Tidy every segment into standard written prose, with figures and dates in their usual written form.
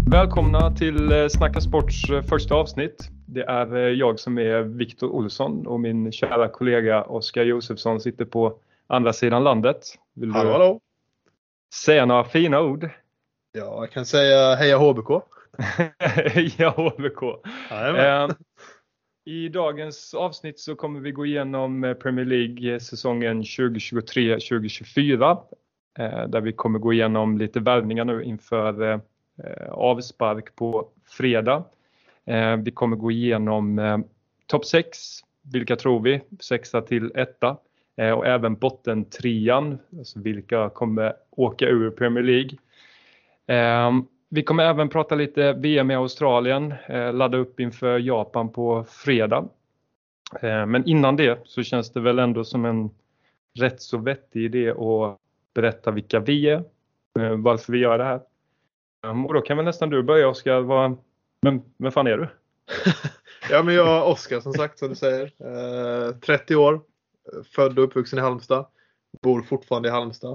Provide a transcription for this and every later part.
Välkomna till Snacka Sports första avsnitt. Det är jag som är Viktor Olsson och min kära kollega Oskar Josefsson sitter på andra sidan landet. Vill du Hallå. Säga några fina ord? Ja, jag kan säga heja HBK. Heja HBK. Jajamän. I dagens avsnitt så kommer vi gå igenom Premier League säsongen 2023-2024. Där vi kommer gå igenom lite värvningar nu inför avspark på fredag. Vi kommer gå igenom topp 6. Vilka tror vi? 6 till 1. Och även bottentrean. Alltså vilka kommer åka ur Premier League. Vi kommer även prata lite VM i Australien. Ladda upp inför Japan på fredag. Men innan det så känns det väl ändå som en rätt så vettig idé att berätta vilka vi är. Varför vi gör det här. Och då kan väl nästan du börja, Oskar. Vem fan är du? Ja, men jag är Oskar som sagt, som du säger. 30 år. Född och uppvuxen i Halmstad. Bor fortfarande i Halmstad.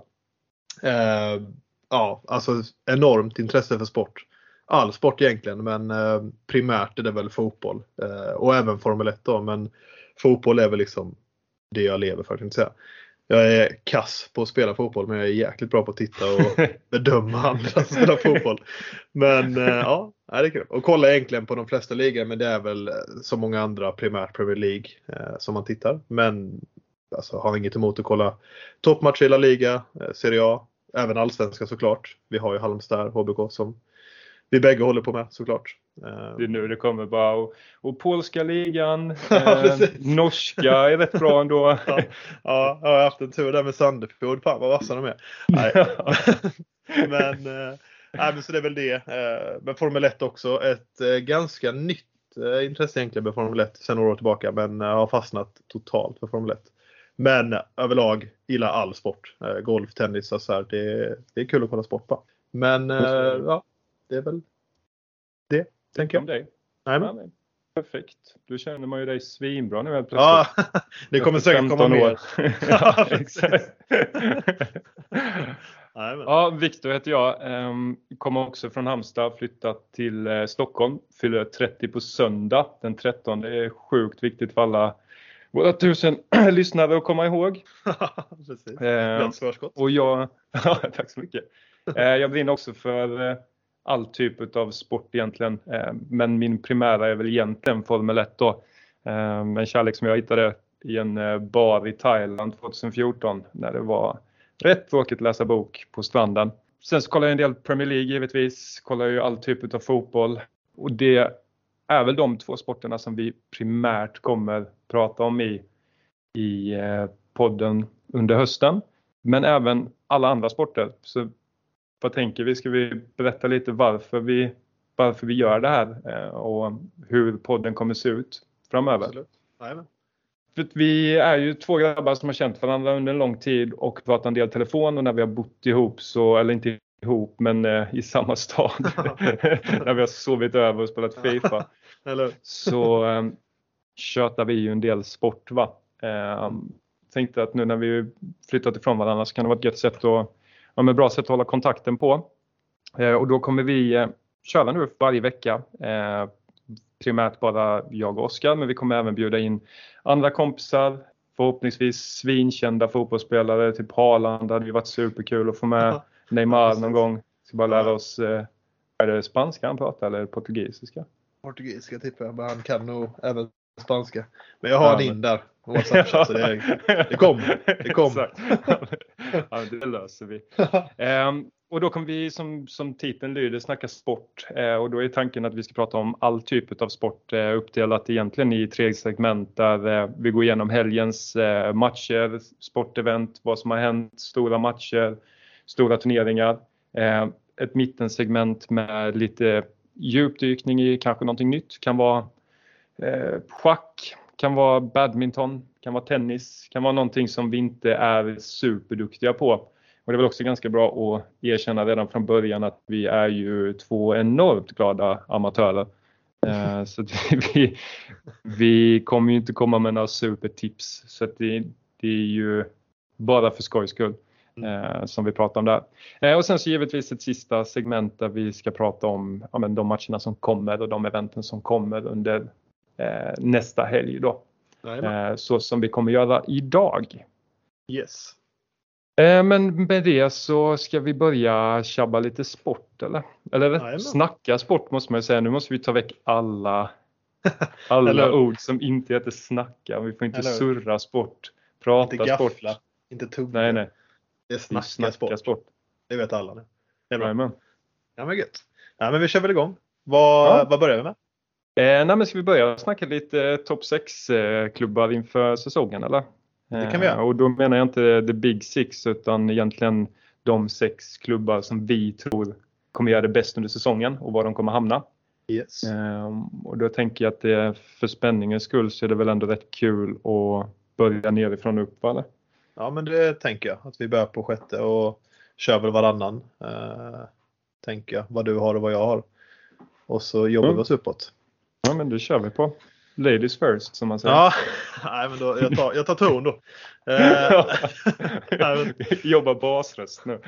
Ja, alltså enormt intresse för sport. All sport egentligen, men primärt är det väl fotboll. Och även Formel 1 då, men fotboll är väl liksom det jag lever för, kan jag säga. Jag är kass på att spela fotboll, men jag är jäkligt bra på att titta och bedöma andra som spelar fotboll. Men ja, det är kul. Och kolla egentligen på de flesta ligor, men det är väl så många andra primärt Premier League som man tittar. Men alltså, har inget emot att kolla toppmatcher i La Liga, Serie A, även allsvenska såklart. Vi har ju Halmstad, HBK som vi bägge håller på med såklart. Det är nu det kommer bara. Och polska ligan, norska är rätt bra ändå. Ja, jag har haft en tur där med Sandefjord. Fan vad vassa de är. Nej. men så det är väl det. Men Formel 1 också. Ett ganska nytt intresse egentligen med Formel 1 sen några år tillbaka. Men jag har fastnat totalt för Formel 1. Men överlag gillar all sport. Golf, tennis och så här. Det är kul att kolla sport på. Men ja, det är väl det, tänker jag. Dig. Nej, men. Perfekt. Du känner man ju dig svinbra nu helt plötsligt. Ja, det kommer säkert komma mer. Ja, exakt. Ja, Viktor heter jag. Kommer också från Halmstad, flyttat till Stockholm. Fyller 30 på söndag, den 13. Det är sjukt viktigt för alla våra 1000 lyssnare att komma ihåg. Precis. Och jag, ja, tack så mycket. Jag brinner också för all typ av sport egentligen. Men min primära är väl egentligen Formel 1 då. En kärlek som jag hittade i en bar i Thailand 2014. När det var rätt tråkigt att läsa bok på stranden. Sen så kollar jag en del Premier League givetvis. Kollar ju all typ av fotboll. Och det är väl de två sporterna som vi primärt kommer prata om i podden under hösten. Men även alla andra sporter. Så vad tänker vi? Ska vi berätta lite varför vi gör det här och hur podden kommer se ut framöver? Absolut. Amen. För att vi är ju två grabbar som har känt varandra under en lång tid och pratat en del telefon, och när vi har bott ihop eller inte ihop men i samma stad när vi har sovit över och spelat FIFA så tjötar vi ju en del sport, va? Tänkte att nu när vi flyttat ifrån varandra så kan det vara ett gött sätt ett bra sätt att hålla kontakten på. Och då kommer vi köra nu varje vecka. Primärt bara jag och Oskar, men vi kommer även bjuda in andra kompisar. Förhoppningsvis svinkända fotbollsspelare, typ Haaland. Det hade ju varit superkul att få med Neymar någon gång. Ska bara lära oss, är det spanska han pratar eller portugisiska? Portugisiska tippar jag, men han kan nog även spanska. Men jag har en in där. Så det kommer. Ja, det löser vi. Och då kommer vi som titeln lyder snacka sport. Och då är tanken att vi ska prata om all typ av sport. Uppdelat egentligen i 3 segment där vi går igenom helgens matcher, sportevent, vad som har hänt, stora matcher, stora turneringar. Ett mittensegment med lite djupdykning i kanske någonting nytt. Kan vara schack, kan vara badminton, kan vara tennis, kan vara någonting som vi inte är superduktiga på. Och det är väl också ganska bra att erkänna redan från början att vi är ju 2 enormt glada amatörer. Så vi kommer ju inte komma med några supertips. Så att det är ju bara för skojs skull. som vi pratar om där. Och sen så givetvis ett sista segment där vi ska prata om de matcherna som kommer och de eventen som kommer under nästa helg då. Så som vi kommer göra idag. Yes. Men med det så ska vi börja tjabba lite sport eller snacka sport måste man säga. Nu måste vi ta väck alla ord som inte heter snacka. Vi får inte surra sport, prata inte gaffla, sport. Inte tugga. Nej. Det är snacka sport. Det vet alla nu. Det är bra. Amen. Ja men gött. Ja, men vi kör väl igång. Vad börjar vi med? Men ska vi börja snacka lite topp 6 klubbar inför säsongen eller? Det kan vi göra. Och då menar jag inte the big 6 utan egentligen de 6 klubbar som vi tror kommer göra det bäst under säsongen och var de kommer hamna. Yes. Och då tänker jag att det för spänningens skull så är det väl ändå rätt kul att börja nerifrån och upp eller? Ja men det tänker jag att vi börjar på 6:e och kör väl varannan. Tänker jag vad du har och vad jag har. Och så jobbar vi oss uppåt. Ja men det kör vi på. Ladies first som man säger. Ja, nej men då, jag tar ton då. Jobba basröst nu.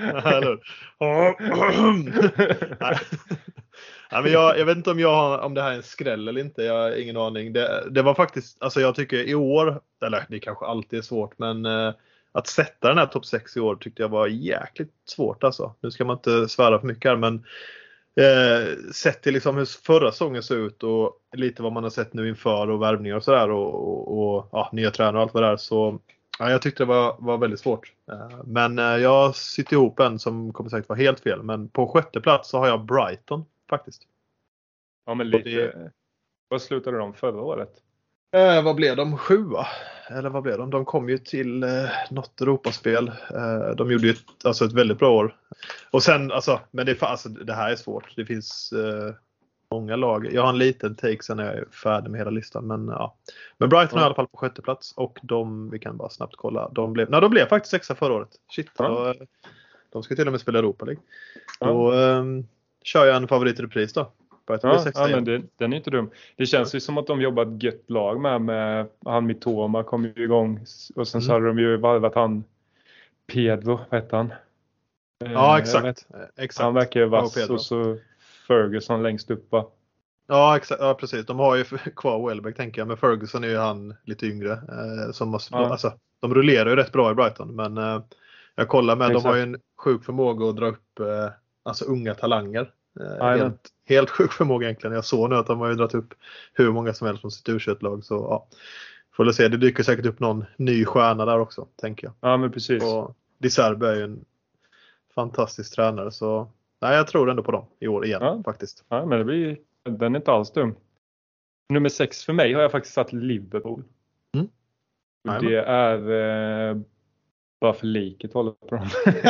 Nej, men jag vet inte om det här är en skräll eller inte. Jag har ingen aning. Det var faktiskt, alltså jag tycker i år, eller det kanske alltid är svårt, men att sätta den här topp 6 i år tyckte jag var jäkligt svårt alltså. Nu ska man inte svära för mycket här, men sett till liksom hur förra säsongen såg ut och lite vad man har sett nu inför och värvningar och sådär och nya tränare och allt vad det är, så jag tyckte det var väldigt svårt. Men jag sitter ihop en som kommer säkert vara helt fel, men på 6:e plats så har jag Brighton faktiskt. Ja men lite. Vad slutade de förra året? Vad blev de? 7:a? Eller vad blev de? De kom ju till något Europaspel. De gjorde ju ett väldigt bra år. Och sen, men det här är svårt. Det finns många lag. Jag har en liten take sen när jag är färdig med hela listan. Men ja. Men Brighton är i alla fall på 6:e plats. Och vi kan bara snabbt kolla. De blev faktiskt 6:a förra året. Shit. Ja. De ska till och med spela Europa League. Ja. Då kör jag en favorit i repris då. Men den är inte dum. Det känns ju som att de jobbar ett gött lag med han Mitoma kom ju igång och sen så hade de ju varvat han Pedro, vad heter han? Ja, exakt. Han verkar ju vass och så Ferguson längst upp va? Ja, exakt. Ja, precis. De har ju kvar Welbeck tänker jag, men Ferguson är ju han lite yngre som måste, de rullerar ju rätt bra i Brighton, men jag kollar med, de har ju en sjuk förmåga att dra upp unga talanger. Helt sjuk förmåga egentligen. Jag såg nu att de har ju dragit upp hur många som helst från sitt U21-lag. Så ja, får vi se. Det dyker säkert upp någon ny stjärna där också, tänker jag. Ja, men precis. Och Di Serbi är ju en fantastisk tränare. Så nej, jag tror ändå på dem i år igen faktiskt. Ja, men den är inte alls dum. Nummer 6 för mig har jag faktiskt satt Liverpool. Och det är bara för liket håller på dem.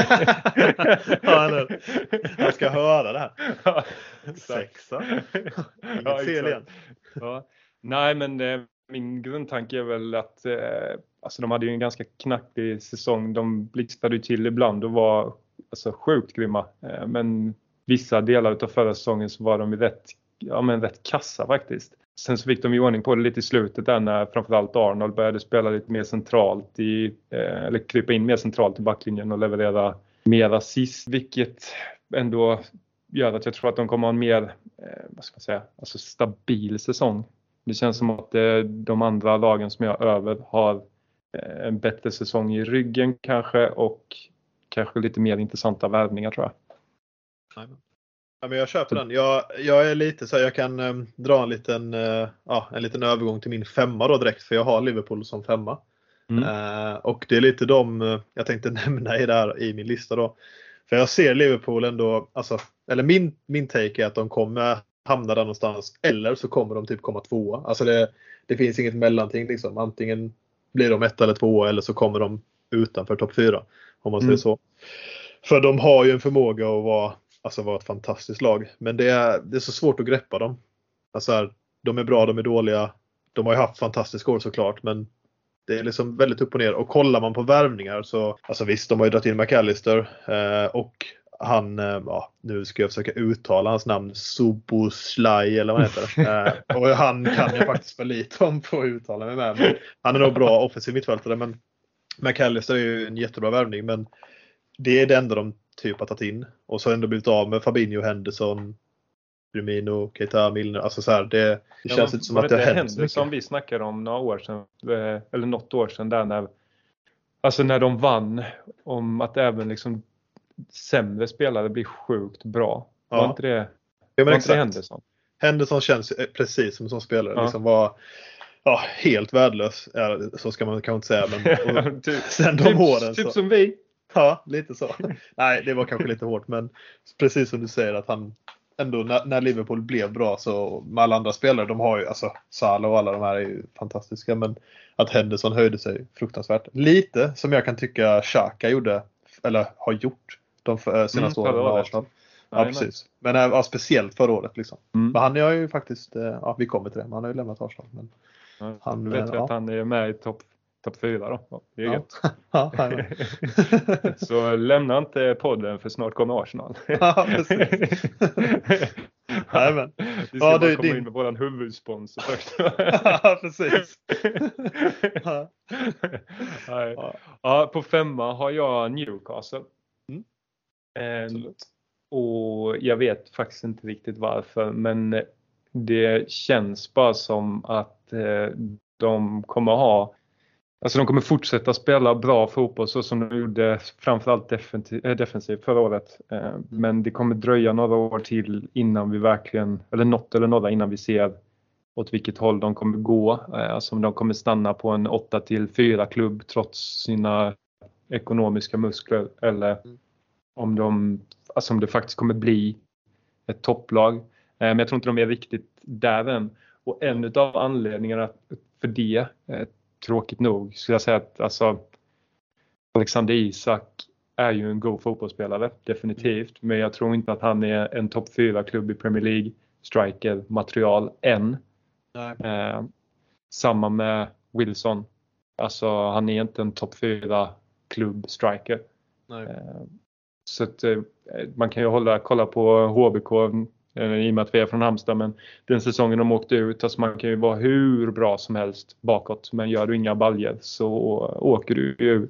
Jag ska höra det här. 6:a. Inget fel igen. Ja. Nej, men min grundtanke är väl att de hade ju en ganska knackig säsong. De blixtrade ju till ibland och var sjukt grymma. Men vissa delar av förra säsongen så var de rätt kassa faktiskt. Sen så fick de ju ordning på det lite i slutet där när framförallt Arnold började spela lite mer centralt eller krypa in mer centralt i backlinjen och leverera mer assist, vilket ändå gör att jag tror att de kommer ha en mer stabil säsong. Det känns som att de andra lagen som jag över har en bättre säsong i ryggen kanske och kanske lite mer intressanta värvningar tror jag. Nej. Ja, men jag köper den. Jag är lite så här, jag kan dra en liten övergång till min 5:a då direkt, för jag har Liverpool som 5:a. Och det är lite jag tänkte nämna i min lista då. För jag ser Liverpool ändå, eller min take är att de kommer hamna där någonstans, eller så kommer de typ komma 2:a. Alltså det finns inget mellanting liksom. Antingen blir de 1 eller 2:a eller så kommer de utanför topp 4, om man säger så. För de har ju en förmåga att vara ett fantastiskt lag. Men det är så svårt att greppa dem. De är bra, de är dåliga. De har ju haft fantastiska år såklart. Men det är liksom väldigt upp och ner. Och kollar man på värvningar så visst, de har ju dragit in McAllister. Och han, nu ska jag försöka uttala hans namn. Soboslaj eller vad heter det. Och han kan jag faktiskt för lite om på att uttala mig med. Men han är nog bra offensiv mittfältare. Men McAllister är ju en jättebra värvning. Men det är det enda de typ har tagit in. Och så har ändå blivit av med Fabinho, Henderson, Firmino, Keita, Milner. Alltså så här, det känns inte som att det händer så mycket. Som vi snackade om några år sedan, eller något år sedan där när de vann, om att även liksom sämre spelare blir sjukt bra. Ja. Var inte det, ja, men inte det Henderson? Henderson känns precis som en sån spelare. Ja. Liksom var helt värdelös. Så ska man kanske inte säga. Men sen de åren. Typ som vi. Ja, lite så. Nej, det var kanske lite hårt. Men precis som du säger att han ändå när Liverpool blev bra så med alla andra spelare. De har ju, alltså Salah och alla de här är ju fantastiska. Men att Henderson höjde sig fruktansvärt. Lite som jag kan tycka Xhaka gjorde. Eller har gjort de senaste åren med Arsenal. Ja, precis. Men speciellt förra året liksom. Men han är ju faktiskt, vi kommer till det. Men han har ju lämnat Arsenal. Men han vet att han är med i topp 4 då. Ja, det är gött. Så lämna inte podden för snart kommer Arsenal. Ja, precis. Nej, men. Vi ska bara komma in med våran huvudsponsor först. Ja, precis. Ja, på 5 har jag Newcastle. Och jag vet faktiskt inte riktigt varför, men det känns bara som att de kommer fortsätta spela bra fotboll så som de gjorde framförallt defensivt förra året. Men det kommer dröja några år till innan vi verkligen, eller något eller några innan vi ser åt vilket håll de kommer gå. Alltså om de kommer stanna på en 8-4 klubb trots sina ekonomiska muskler, eller om det faktiskt kommer bli ett topplag. Men jag tror inte de är riktigt där än. Och en av anledningarna för det, tråkigt nog, skulle jag säga att Alexander Isak är ju en god fotbollsspelare, definitivt. Men jag tror inte att han är en topp 4-klubb i Premier League striker material än. Samma med Wilson. Alltså han är inte en topp 4-klubb striker. Så att man kan ju kolla på HBK i och med att vi är från Halmstad, men den säsongen de åkte ut, alltså man kan ju vara hur bra som helst bakåt, men gör du inga baljer så åker du ju.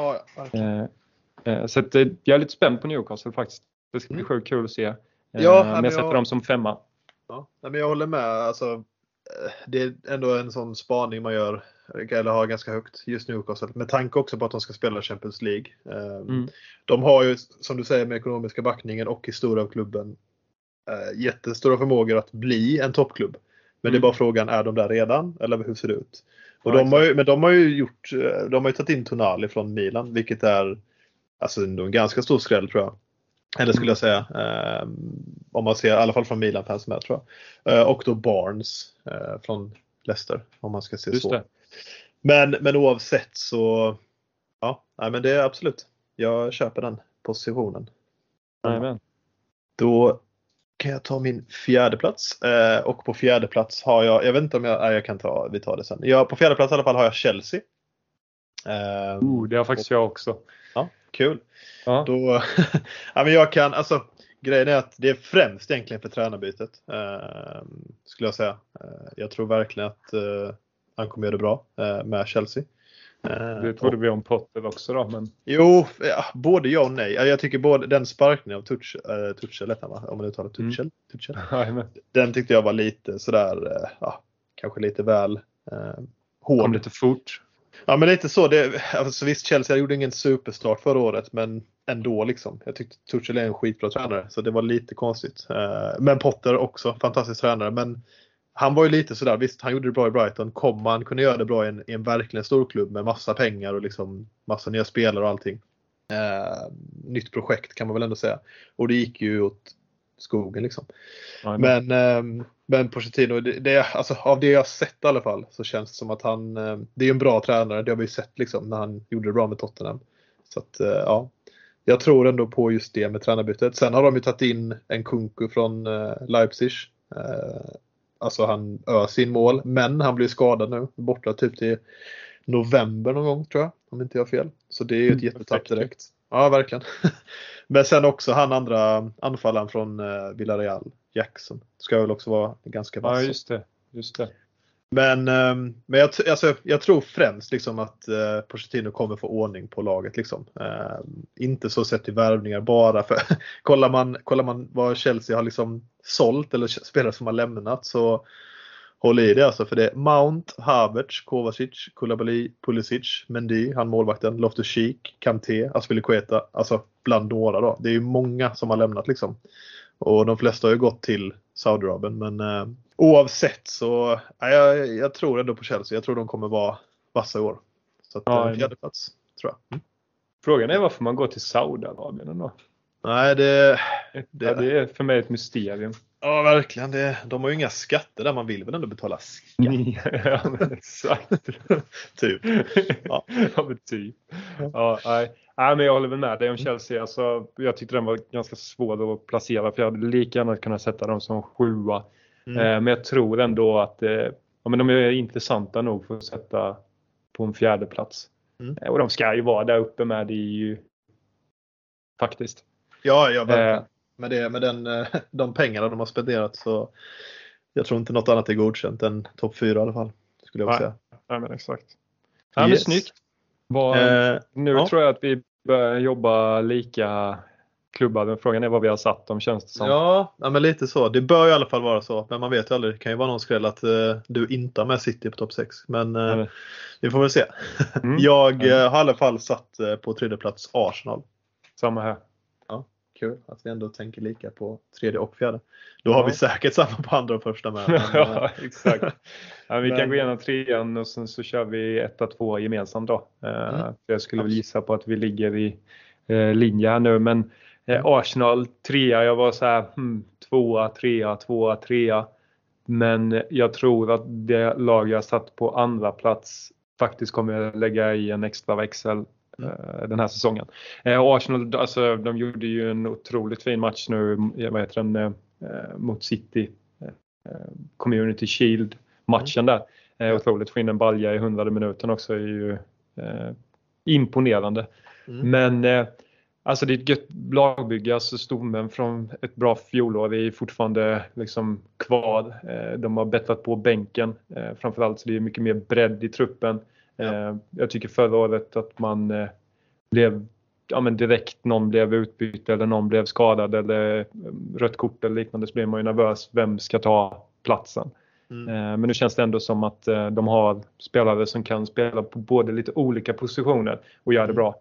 Så att jag är lite spänd på Newcastle faktiskt. Det ska bli sjukt kul att se. Men jag sätter dem som 5. Ja, men jag håller med. Alltså, det är ändå en sån spaning man gör, eller har ganska högt just Newcastle, med tanke också på att de ska spela Champions League. De har ju, som du säger, med ekonomiska backningen och historia av klubben, jättestora förmågor att bli en toppklubb. Men det är bara frågan, är de där redan? Eller hur ser det ut? Och de har ju tagit in Tonali från Milan, vilket är en ganska stor skräll, tror jag. Eller skulle jag säga. Om man ser i alla fall från Milan-fans med, tror jag. Och då Barnes från Leicester, om man ska se just så. Det. Men oavsett så, men det är absolut. Jag köper den positionen. Amen. Då kan jag ta min 4:e plats. Och på 4:e plats har jag vet inte om jag kan vi tar det sen. På 4:e plats i alla fall har jag Chelsea. Det har faktiskt jag också. Ja, kul. Ja. Då, men jag kan, grejen är att det är främst egentligen för tränarbytet. Skulle jag säga. Jag tror verkligen att han kommer göra det bra med Chelsea. Det trodde vi om Potter också då, men... Jo, både ja och nej. Jag tycker både den sparkningen av Tuchel, om man uttalar Tuchel. Den tyckte jag var lite sådär, kanske lite väl hård. Kom lite fort. Ja, men lite så. Visst, Chelsea gjorde ingen superstart förra året, men ändå liksom. Jag tyckte Tuchel är en skitbra tränare, så det var lite konstigt. Men Potter också, fantastisk tränare, men han var ju lite sådär, visst han gjorde det bra i Brighton, han kunde göra det bra i en verkligen stor klubb med massa pengar och liksom massa nya spelare och allting. Nytt projekt kan man väl ändå säga. Och det gick ju åt skogen liksom. Men Pochettino, av det jag sett i alla fall, så känns det som att han, det är en bra tränare, det har vi ju sett liksom när han gjorde det bra med Tottenham. Så att jag tror ändå på just det med tränarbytet. Sen har de ju tagit in en Kunku från Leipzig. Han sin mål, men han blir skadad nu, borta typ till november någon gång, tror jag, om inte jag har fel. Så det är ju ett jättetapp direkt. Ja, verkligen. Men sen också han andra anfallaren från Villarreal, Jackson, ska väl också vara ganska vass. Ja, just det. Men jag tror främst liksom att Pochettino kommer få ordning på laget. Liksom. Inte så sett till värvningar bara. För kollar man vad Chelsea har liksom sålt eller spelare som har lämnat, så håll i det alltså. För det är Mount, Havertz, Kovacic, Koulibaly, Pulisic, Mendy, han målvakten, Loftus-Cheek, Kanté, Azpilicueta. Alltså bland några då. Det är ju många som har lämnat liksom. Och de flesta har ju gått till Saudiarabien. Men oavsett så jag tror ändå på Chelsea. Jag tror de kommer vara vassa i år. Så att fjärde plats, tror jag. Frågan är varför man går till Saudiarabien ändå. Nej, det är för mig ett mysterium. Ja, verkligen. De har ju inga skatter där. Man vill väl ändå betala skatt. Ja, men exakt. Typ. Ja, men typ. Ja, nej, men jag håller väl med dig om Chelsea. Alltså, jag tyckte den var ganska svår att placera. För jag hade lika gärna kunnat sätta dem som 7:a. Men jag tror ändå att de är intressanta nog för att sätta på en fjärde plats. Och de ska ju vara där uppe med det ju faktiskt. Ja, verkligen. Med de pengarna de har spenderat, så jag tror inte något annat är godkänt än topp 4 i alla fall, skulle jag säga. Ja, men exakt. Ja, men snyggt. Nu tror jag att vi börjar jobba lika klubbar. Frågan är vad vi har satt dem, känns det som. Ja, men lite så. Det bör i alla fall vara så. Men man vet ju aldrig. Det kan ju vara någon skräll att du inte har med City på topp 6. Men vi får väl se. Jag har i alla fall satt på tredje plats Arsenal. Samma här. Ja, kul att vi ändå tänker lika på tredje och fjärde. Då har vi säkert samma på andra och första med. Men, ja, exakt. Vi kan gå igenom trean och sen så kör vi 1-2 gemensamt då. Jag skulle väl gissa på att vi ligger i linje här nu. Men Arsenal 3, jag var så här 2, 3, 2, 3. Men jag tror att det lag jag satt på andra plats faktiskt kommer att lägga i en extra växel den här säsongen. Arsenal, alltså, de gjorde ju en otroligt fin match nu, mot City. Community Shield matchen där. Otroligt fin, en balja i 100 minuten också är ju imponerande. Men alltså det är ett gött lagbygge, alltså stommen från ett bra fjolår är fortfarande liksom kvar. De har bättrat på bänken, framförallt så det är mycket mer bredd i truppen. Jag tycker förra året att man blev direkt någon blev utbytt eller någon blev skadad eller rött kort eller liknande, så blir man ju nervös, vem ska ta platsen. Men nu känns det ändå som att de har spelare som kan spela på både lite olika positioner och göra det bra.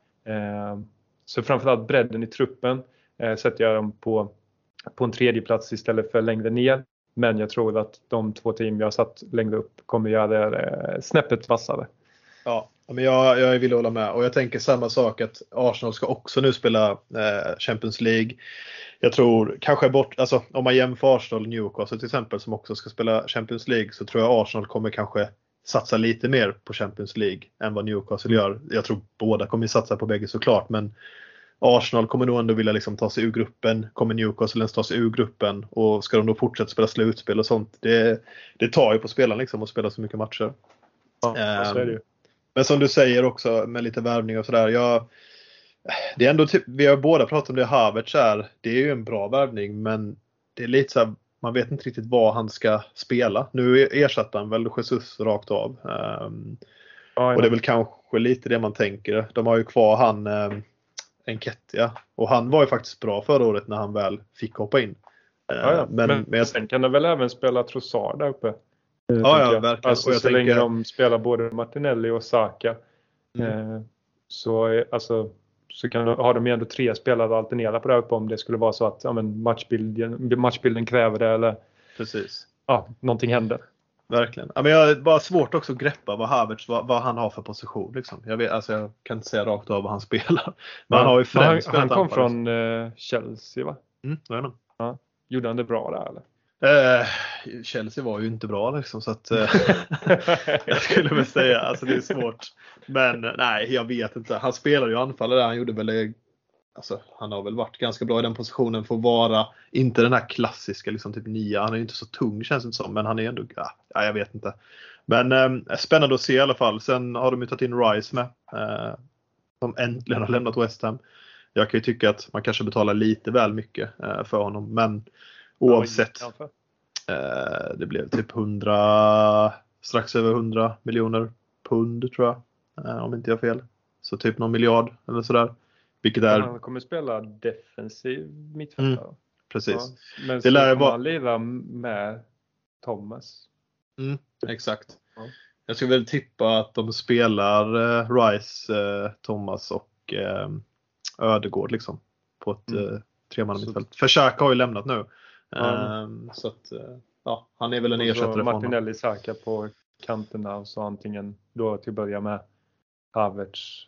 Så framförallt bredden i truppen sätter jag dem på en tredje plats istället för längre ner. Men jag tror att de 2 team jag har satt längre upp kommer göra det snäppet vassare. Ja, men jag vill hålla med. Och jag tänker samma sak, att Arsenal ska också nu spela Champions League. Jag tror kanske om man jämför Arsenal och Newcastle till exempel, som också ska spela Champions League, så tror jag Arsenal kommer kanske satsa lite mer på Champions League än vad Newcastle gör. Jag tror båda kommer satsa på bägge såklart, men Arsenal kommer nog ändå vilja liksom ta sig ur gruppen. Kommer Newcastle ens ta sig ur gruppen? Och ska de då fortsätta spela slutspel och sånt? Det tar ju på spelarna liksom att spela så mycket matcher. Ja, så är det ju. Men som du säger också med lite värvning och sådär. Det är ändå typ, vi har båda pratat om det, Havertz det är ju en bra värvning, men det är lite så här, man vet inte riktigt vad han ska spela. Nu ersatte han väl Jesus rakt av. Och det är väl kanske lite det man tänker. De har ju kvar han Enketia. Och han var ju faktiskt bra förra året när han väl fick hoppa in. Men sen kan de väl även spela Trossard där uppe. Ja, verkligen. Alltså, och jag så länge de spelar både Martinelli och Saka. Så har de ju ändå 3 spelare att alternera på det uppe, om det skulle vara så att matchbilden kräver det eller precis. Någonting händer. Verkligen. Men jag är bara svårt också att greppa vad Havertz, vad han har för position liksom. Jag kan inte säga rakt av vad han spelar. Men han har ju främst han kom från Chelsea, va? Ja. Gjorde han det bra där eller? Chelsea var ju inte bra liksom, så att jag skulle väl säga, alltså det är svårt. Men nej, jag vet inte. Han spelar ju anfallare där, han gjorde väl, alltså han har väl varit ganska bra i den positionen för att vara inte den här klassiska liksom typ 9. Han är ju inte så tung, känns det som, men han är ändå, jag vet inte. Men spännande att se i alla fall. Sen har de ju tagit in Rice med, som äntligen har lämnat West Ham. Jag kan ju tycka att man kanske betalar lite väl mycket för honom, men oavsett, det blev typ 100 strax över 100 miljoner pund tror jag. Om inte jag har fel. Så typ någon miljard eller sådär. Vilket är... Han kommer spela defensiv mittfältare. Precis. Ja, men det så lär kommer han lira med Thomas. Exakt. Ja. Jag skulle väl tippa att de spelar Rice, Thomas och Ödegård liksom. På ett tremanna mittfält. För Xhaka har ju lämnat nu. Så att han är väl en ersättare för honom. Martinelli, Saka på kanterna och så antingen då till att börja med Havertz,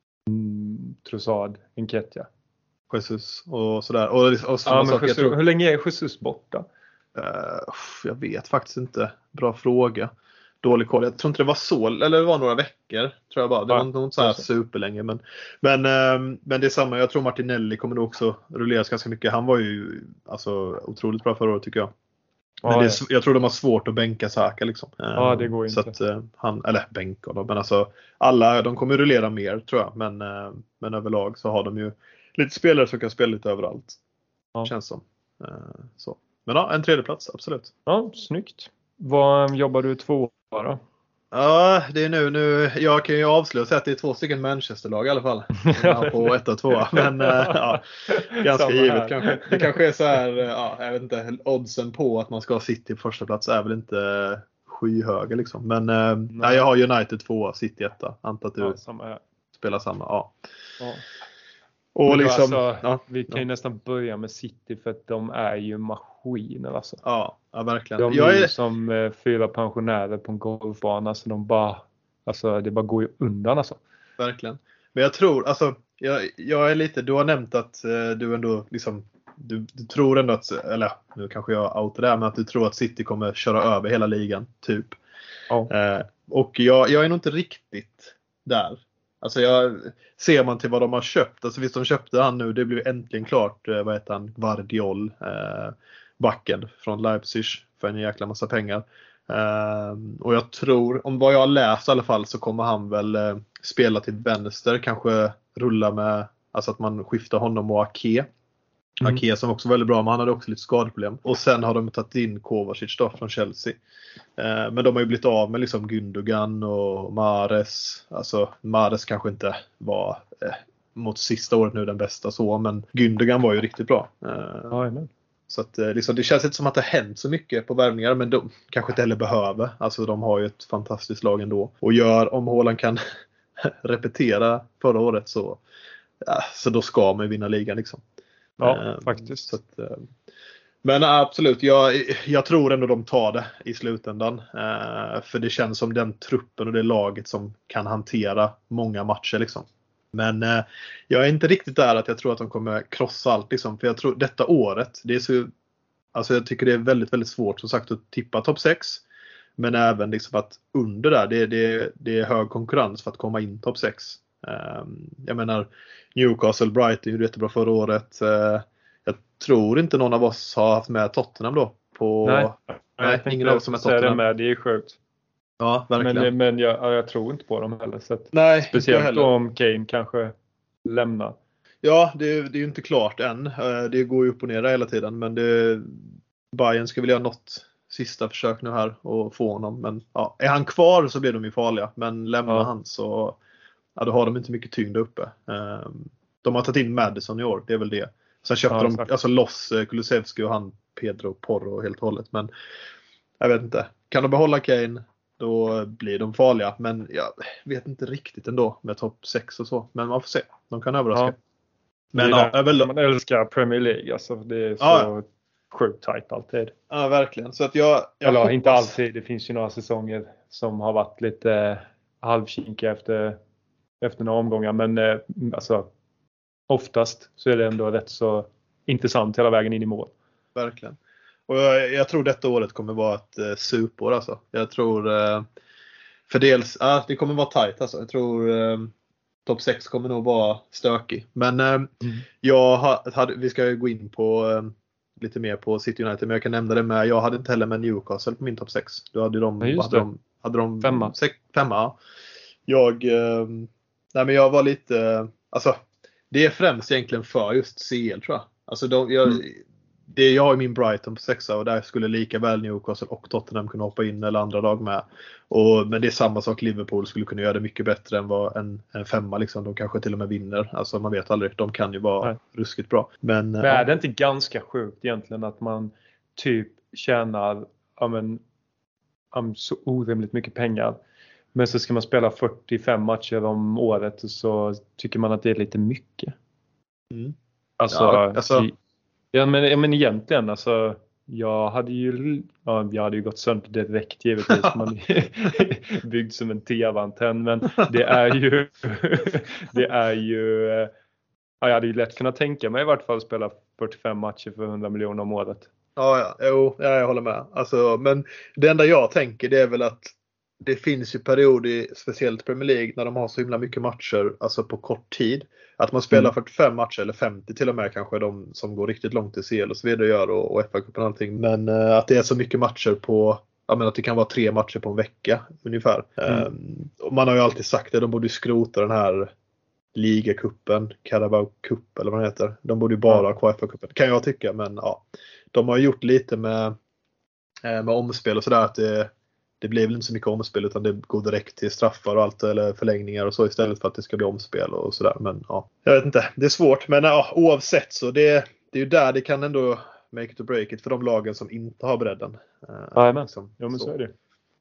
Trossard, Nketiah. Jesus och sådär. Och samma sak. Jesus, hur länge är Jesus borta? Jag vet faktiskt inte. Bra fråga. Dålig koll. Jag tror inte det var så. Eller det var några veckor. Tror jag bara. Det var inte så här superlänge. Men det är samma. Jag tror Martinelli kommer nog också rulleras ganska mycket. Han var ju alltså otroligt bra förra året tycker jag. Men jag tror de har svårt att bänka Saka liksom. Ja, det går så inte. Att eller bänka då. Men alltså alla, de kommer rullera mer tror jag. Men överlag så har de ju lite spelare som kan spela lite överallt. Känns som. Så. Men ja, en tredje plats, absolut. Ja, snyggt. Vad jobbar du 2 då? Ja, det är nu. Jag kan ju avslöja och säga att det är 2 stycken Manchester-lag i alla fall. På 1 och 2. Men ganska givet kanske. Det kanske är så här, jag vet inte, oddsen på att man ska ha City på första plats är väl inte skyhöga liksom. Men jag har United 2, City 1. Antar att du spelar samma. Ja. Och liksom, vi kan ju nästan börja med City för att de är ju maskiner alltså. Ja, verkligen. De är ju som 4 pensionärer på en golfbana så det bara går ju undan alltså. Verkligen. Men jag tror, alltså jag är lite, du har nämnt att du ändå liksom, du tror ändå att, eller nu kanske jag outar det här, men att du tror att City kommer köra över hela ligan, typ. Ja. Och jag är nog inte riktigt där. Alltså ser man till vad de har köpt. Alltså visst de köpte han nu. Det blev äntligen klart. Vad heter han? Guardiol. Backen från Leipzig. För en jäkla massa pengar. Och jag tror. Om vad jag har läst i alla fall. Så kommer han väl spela till vänster. Kanske rulla med. Alltså att man skiftar honom och Ake. Ake som också var väldigt bra. Men han hade också lite skadeproblem. Och sen har de tagit in Kovacic då från Chelsea. Men de har ju blivit av med liksom Gündogan och Mahrez. Alltså Mahrez kanske inte var mot sista året nu den bästa så. Men Gündogan var ju riktigt bra. Så att liksom, det känns inte som att det har hänt så mycket på värvningar. Men de kanske inte heller behöver. Alltså de har ju ett fantastiskt lag ändå. Och om Haaland kan repetera förra året så då ska man ju vinna ligan liksom. Ja, faktiskt. Så att, men absolut, jag tror ändå de tar det i slutändan. För det känns som den truppen och det laget som kan hantera många matcher liksom. Men jag är inte riktigt där att jag tror att de kommer krossa allt liksom. För jag tror detta året, det är så, alltså jag tycker det är väldigt, väldigt svårt som sagt att tippa topp 6. Men även liksom att under där, det är hög konkurrens för att komma in topp 6. Jag menar Newcastle, Brighton gjorde jättebra förra året. Jag tror inte någon av oss har haft med Tottenham då. Nej, ingen av oss som är Tottenham. Med, det är sjukt. Ja, verkligen. Men jag tror inte på dem heller. Så att, nej, speciellt då om Kane kanske lämnar. Ja, det är ju inte klart än. Det går ju upp och ner hela tiden. Men Bayern ska väl göra något sista försök nu här och få honom. Men är han kvar så blir de ju farliga. Men lämnar han så då har de inte mycket tyngd uppe. De har tagit in Madison i år, det är väl det. Sen köpte de alltså loss Kulusevski och han Pedro Porro helt och hållet. Men jag vet inte. Kan de behålla Kane, då blir de farliga. Men jag vet inte riktigt ändå med topp 6 och så. Men man får se. De kan överraska. Ja. Men man älskar Premier League. Alltså, det är så sjukt tajt alltid. Ja, verkligen. Så att jag eller hoppas... inte alltid. Det finns ju några säsonger som har varit lite halvkinkiga efter några omgångar. Men alltså, oftast så är det ändå rätt så intressant hela vägen in i mål. Verkligen. Och jag tror detta året kommer vara ett superår alltså. Jag tror för dels det kommer vara tajt alltså. Jag tror topp 6 kommer nog vara stökig. Men vi ska gå in på lite mer på City United, men jag kan nämna det med. Jag hade inte heller med Newcastle på min topp 6. Då hade de 5. Jag var lite, alltså det är främst egentligen för just CL tror jag. Alltså jag har min Brighton på 6 och där skulle lika väl Newcastle och Tottenham kunna hoppa in eller andra lag med. Men det är samma sak, Liverpool skulle kunna göra det mycket bättre än vad en 5 liksom. De kanske till och med vinner. Alltså man vet aldrig, de kan ju vara ruskigt bra. Men är det inte ganska sjukt egentligen att man typ tjänar så orimligt mycket pengar. Men så ska man spela 45 matcher om året och så tycker man att det är lite mycket. Mm. Ja, men egentligen alltså jag hade ju gått sönder direkt givetvis. Man byggd som en tv-antenn, men det är ju jag hade ju lätt kunnat tänka mig i vart fall spela 45 matcher för 100 miljoner om året. Jag håller med. Alltså, men det enda jag tänker, det är väl att det finns ju perioder, speciellt Premier League, när de har så himla mycket matcher, alltså på kort tid. Att man spelar 45 matcher eller 50 till och med, kanske de som går riktigt långt i CL och så vidare gör, och FA-cupen och allting. Men att det är så mycket matcher på, jag menar att det kan vara 3 matcher på en vecka ungefär. Och man har ju alltid sagt det, de borde skrota den här ligacupen, Carabao Cup eller vad det heter. De borde ju bara ha kvar FA-cupen, kan jag tycka. Men ja, de har gjort lite med omspel och sådär, att det blir väl inte så mycket omspel utan det går direkt till straffar och allt, eller förlängningar och så, istället för att det ska bli omspel och sådär. Men ja, jag vet inte, det är svårt. Men ja, oavsett så det är ju där det kan ändå make it or break it för de lagen som inte har bredden. Liksom, ja, men så är det.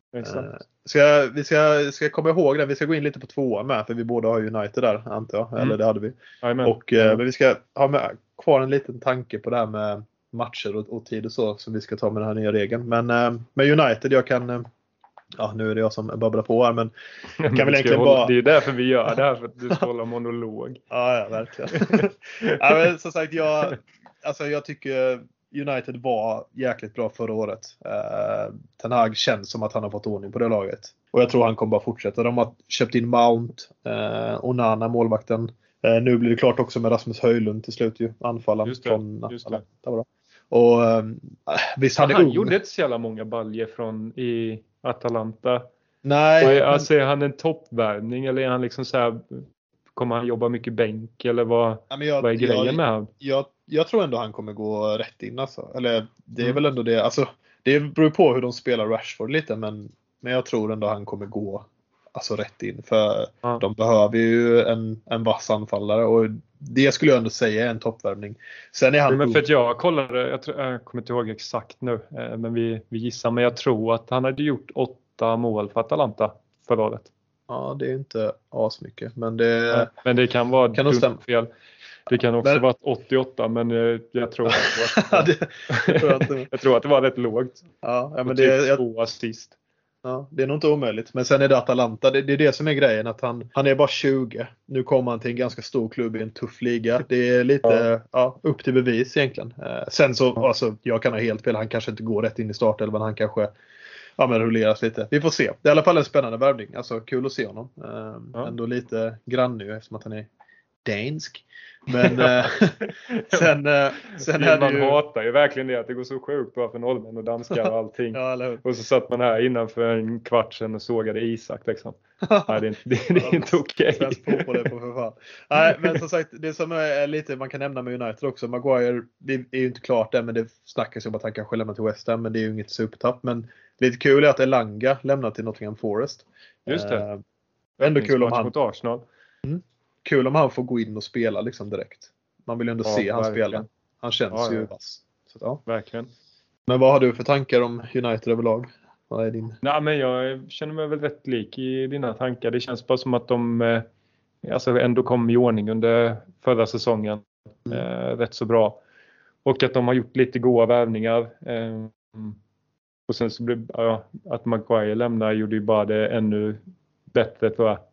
Vi ska komma ihåg det. Vi ska gå in lite på 2 med, för vi båda har United där, antar jag. Eller det hade vi. Men vi ska ha med kvar en liten tanke på det här med matcher och tid och så, som vi ska ta med den här nya regeln. Men med United, jag kan... Ja, nu är det jag som babblar på här, men kan väl egentligen bara... Det är ju därför vi gör det här, för att du ska hålla monolog. Ja, verkligen. Men som sagt, jag tycker United var jäkligt bra förra året. Ten Hag känns som att han har fått ordning på det laget. Och jag tror han kommer bara fortsätta. De har köpt in Mount, Onana, målvakten. Nu blir det klart också med Rasmus Højlund till slut ju, anfallaren från Atalanta. Och visst han gjorde inte så jävla många baljer i Atalanta. Nej. Och är han en toppvärvning eller är han liksom så här, kommer han jobba mycket bänk eller vad är grejen med han? Jag tror ändå han kommer gå rätt in alltså. Eller det är väl ändå det. Alltså, det beror på hur de spelar Rashford lite, men jag tror ändå han kommer gå alltså rätt in, för de behöver ju en vass anfallare, och det skulle jag ändå säga är en toppvärvning. Sen är han... Men för att jag kollade, jag kommer inte ihåg exakt nu, men vi gissar, men jag tror att han hade gjort 8 mål för Atalanta förra året. Ja, det är inte asmycket, men det... Men det kan vara dumt fel. Det kan också vara 88, men jag tror jag tror att det var rätt lågt. Ja, men det är 2 assist. Ja, det är nog inte omöjligt. Men sen är det Atalanta. Det är det som är grejen. Att han är bara 20. Nu kommer han till en ganska stor klubb i en tuff liga. Det är lite upp till bevis egentligen. Sen så, alltså, jag kan ha helt fel. Han kanske inte går rätt in i startelvan. Han kanske rulleras lite. Vi får se. Det är i alla fall en spännande värvning. Alltså kul att se honom. Ändå lite grann nu eftersom att han är dansk. Men sen är det ju... Man hatar ju verkligen det, att det går så sjukt bra för norrmän och danskar och allting. Och så satt man här innanför en kvart sedan och sågade Isak liksom. Nej, det är inte okej. Svensk fotboll är på för fan. Nej, men som sagt, det som är lite man kan nämna med United också. Maguire, det är ju inte klart än, men det snackas om att han kanske lämnar till West Ham, men det är ju inget supertapp. Men lite kul är att Elanga lämnar till Nottingham Forest. Just det. Ändå kul om han... mot Arsenal. Kul om han får gå in och spela liksom direkt. Man vill ju ändå se han spela. Han känns ju vass. Så, verkligen. Men vad har du för tankar om United överlag? Vad är din? Nej, men jag känner mig väl rätt lik i dina tankar. Det känns bara som att de ändå kom i ordning under förra säsongen. Rätt så bra. Och att de har gjort lite goda värvningar. Och sen så blev att Maguire lämnar gjorde ju bara det ännu bättre, tror jag.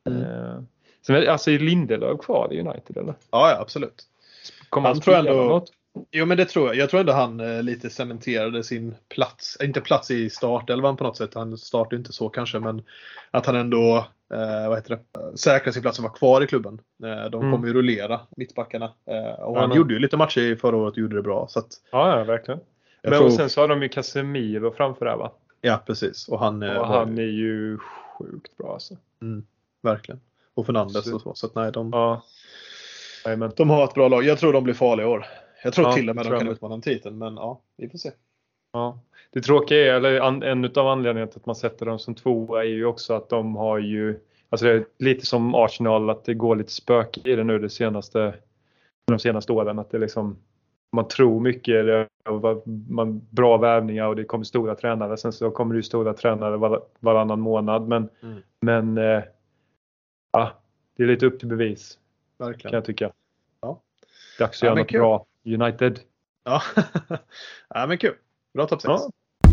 Sen, alltså är Lindelöf kvar i United eller? Ja, absolut. Kommer han tror ändå något? Jo, men det tror jag. Jag tror ändå han lite cementerade sin plats. Inte plats i startelvan på något sätt. Han startade inte så kanske, men att han ändå säkrar sin plats och var kvar i klubben. De kommer ju rullera mittbackarna. Och han gjorde ju lite matcher i förra året och gjorde det bra. Så att, ja, verkligen. Men och sen så har de ju Casemiro framför där, va? Ja, precis. Och han är ju sjukt bra alltså. Verkligen. Och Fernandes och så. Så att nej, de har ett bra lag. Jag tror de blir farliga i år. Jag tror till och med de kan utmana titeln, men ja, vi får se. Ja. Det tråkiga är, eller en av anledningarna till att man sätter dem som tvåa är ju också att de har ju, alltså det är lite som Arsenal, att det går lite spök i det nu de senaste åren, att det liksom, man tror mycket, det är bra värvningar och det kommer stora tränare, sen så kommer det ju stora tränare varannan månad, men ja, det är lite upp till bevis. Verkligen. Kan jag tycka. Ja. Dags att göra något bra. United. Ja. Ja, men kul. Bra topp 6. Ja.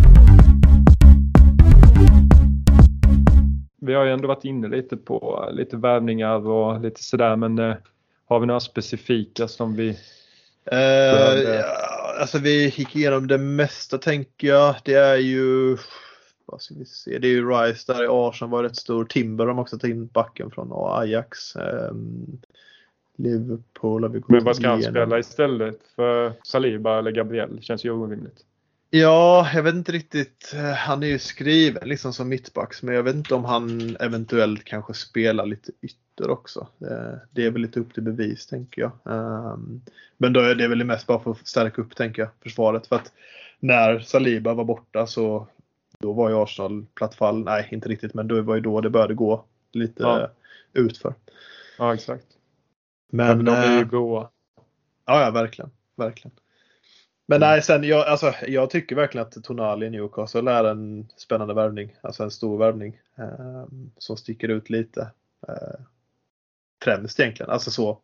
Vi har ju ändå varit inne lite på lite värvningar och lite sådär, men har vi några specifika som vi alltså vi gick igenom det mesta, tänker jag. Det är ju, vad ska vi se, det är ju Rice där i Arsenal, var rätt stor. Timber har också tagit in backen från Ajax. Liverpool har vi gått. Men vad ska han spela istället för Saliba eller Gabriel? Känns ju orimligt. Ja, jag vet inte riktigt. Han är ju skriven liksom som mittbacks, men jag vet inte om han eventuellt kanske spelar lite ytter också. Det är väl lite upp till bevis, tänker jag. Men då är det väl mest bara för att stärka upp, tänker jag, försvaret. För att när Saliba var borta så då var ju Arsenal plattfall. Nej, inte riktigt, men då var ju då det började gå lite utför. Ja, exakt. Men de är ju goa. Ja, verkligen. Verkligen. Men nej, sen jag tycker verkligen att Tonali i Newcastle är en spännande värvning. Alltså en stor värvning som sticker ut lite. Främst egentligen. Alltså så.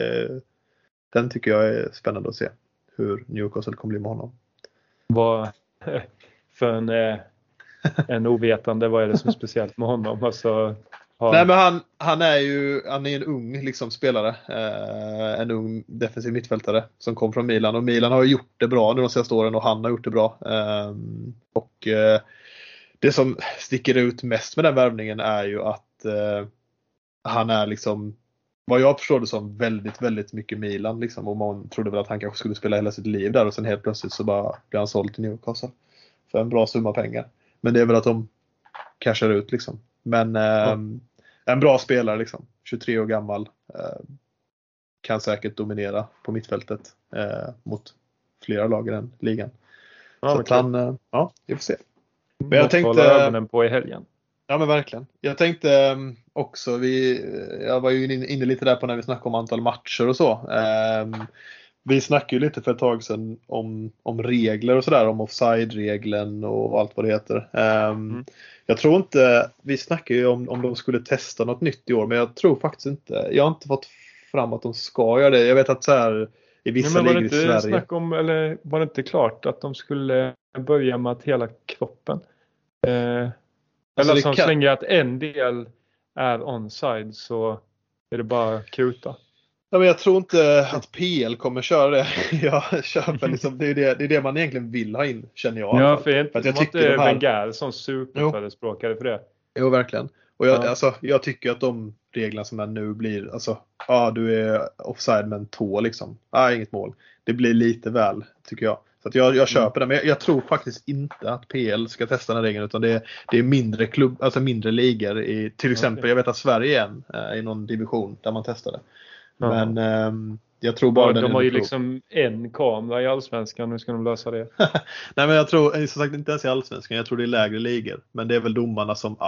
Den tycker jag är spännande att se. Hur Newcastle kommer bli med honom. Vad för en ovetande, vad är det som är speciellt med honom? Alltså, nej, men han är en ung liksom spelare. En ung defensiv mittfältare som kom från Milan. Och Milan har ju gjort det bra nu de senaste åren och han har gjort det bra. Och det som sticker ut mest med den värvningen är ju att han är liksom, vad jag förstår det som, väldigt, väldigt mycket Milan liksom. Och man trodde väl att han kanske skulle spela hela sitt liv där och sen helt plötsligt så bara blir han såld till Newcastle för en bra summa pengar. Men det är väl att de cashar ut liksom. Men en bra spelare liksom. 23 år gammal. Kan säkert dominera på mittfältet mot flera lag i den ligan. Ja, så att han, vi får se. Men jag tänkte ögonen på i helgen. Ja, men verkligen. Jag tänkte också, jag var ju inne lite där på när vi snackade om antal matcher och så. Vi snackade ju lite för ett tag sedan om regler och sådär, om offside-regeln och allt vad det heter. Jag tror inte, vi snackade ju om de skulle testa något nytt i år, men jag tror faktiskt inte, jag har inte fått fram att de ska göra det. Jag vet att så här i vissa ligor i Sverige. Snack om, eller var det inte klart att de skulle börja med att hela kroppen? Eller som slänger att en del är onside så är det bara kuta. Ja, men jag tror inte att PL kommer köra det. Jag köper liksom, det är det man egentligen vill ha in, känner jag. Ja, för jag tycker det Wenger som superförespråkare för det. Jo, verkligen. Och jag tycker att de reglerna som är nu blir, alltså, du är offside med en tå liksom. Inget mål. Det blir lite väl, tycker jag. Så att jag köper det, men jag tror faktiskt inte att PL ska testa den regeln, utan det är mindre klubb, alltså mindre ligor i, till exempel, jag vet att Sverige är i någon division där man testar det. Men jag tror bara de har ju liksom en kamera i Allsvenskan. Nu ska de lösa det. Nej, men jag tror som sagt inte ens i Allsvenskan. Jag tror det är lägre ligor. Men det är väl domarna som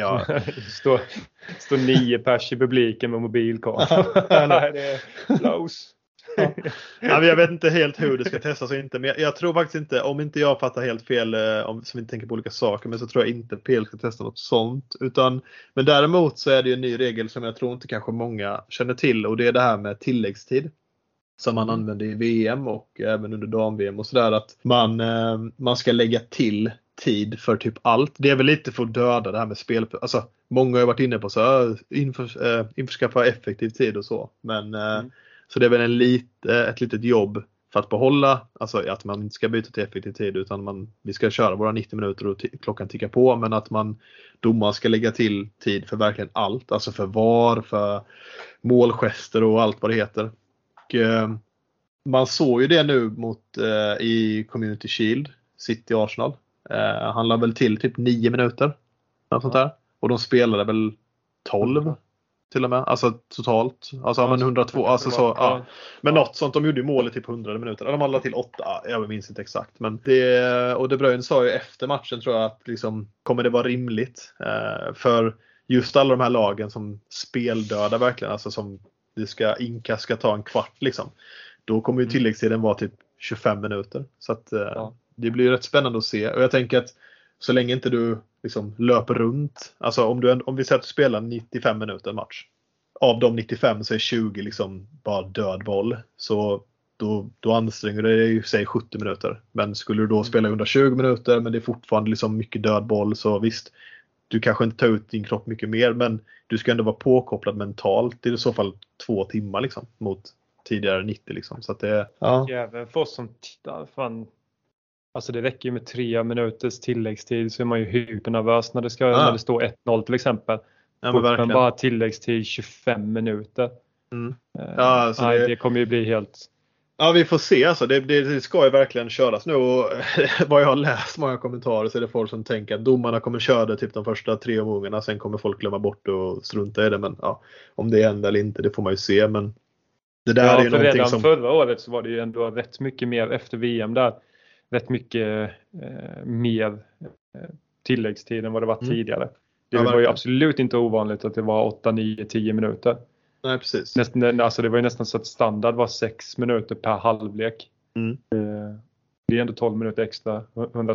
står 9 pers i publiken med mobilkamera. Nej, det är close. Men jag vet inte helt hur det ska testas och inte. Men jag tror faktiskt inte, om inte jag fattar helt fel, som vi tänker på olika saker, men så tror jag inte PL ska testa något sånt. Men däremot så är det ju en ny regel som jag tror inte kanske många känner till, och det är det här med tilläggstid. Som man använder i VM och även under dam-VM och sådär, att man ska lägga till tid för typ allt. Det är väl lite för att döda det här med spel. Alltså, många har varit inne på så införskaffa effektiv tid och så. Men så det är väl ett litet jobb för att behålla, alltså att man inte ska byta till effektiv tid, utan vi ska köra våra 90 minuter och klockan tickar på, men att domaren ska lägga till tid för verkligen allt, alltså för VAR, för målgester och allt vad det heter. Och man såg ju det nu i Community Shield, City Arsenal. Han la väl till typ 9 minuter sånt där. Och de spelade väl 12 till och med. Alltså totalt. Alltså men 102. Alltså så, ja. Men något sånt. De gjorde ju målet typ på 100 minuter. De hade till 8. Jag minns inte exakt. Men det, och De Bruyne sa ju efter matchen tror jag att liksom, kommer det vara rimligt för just alla de här lagen som speldöda verkligen. Alltså som det ska ta en kvart liksom. Då kommer ju tilläggstiden vara typ 25 minuter. Så att det blir rätt spännande att se. Och jag tänker att så länge inte du liksom löper runt. Alltså om vi säger att du spelar 95 minuter en match. Av de 95 så är 20 liksom bara död boll. Så då anstränger det ju sig 70 minuter. Men skulle du då spela 120 minuter men det är fortfarande liksom mycket död boll, så visst. Du kanske inte tar ut din kropp mycket mer, men du ska ändå vara påkopplad mentalt. Det är i så fall 2 timmar liksom mot tidigare 90 liksom. Så att det även för oss som tittar, alltså det räcker ju med 3 minuters tilläggstid så är man ju hypernervös när det står 1-0 till exempel. Men bara tilläggstid 25 minuter. Alltså det kommer ju bli helt... Ja, vi får se. Alltså. Det ska ju verkligen köras nu. Och vad jag har läst många kommentarer så är det folk som tänker att domarna kommer köra det typ de första 3 omgångarna. Sen kommer folk glömma bort och strunta i det. Men om det händer eller inte, det får man ju se. Men det där är ju någonting redan som... förra året så var det ju ändå rätt mycket mer efter VM där. Rätt mycket mer tilläggstid än vad det var tidigare. Det var ju absolut inte ovanligt att det var 8, 9, 10 minuter. Nej, precis. Alltså det var ju nästan så att standard var 6 minuter per halvlek. Det är ändå 12 minuter extra.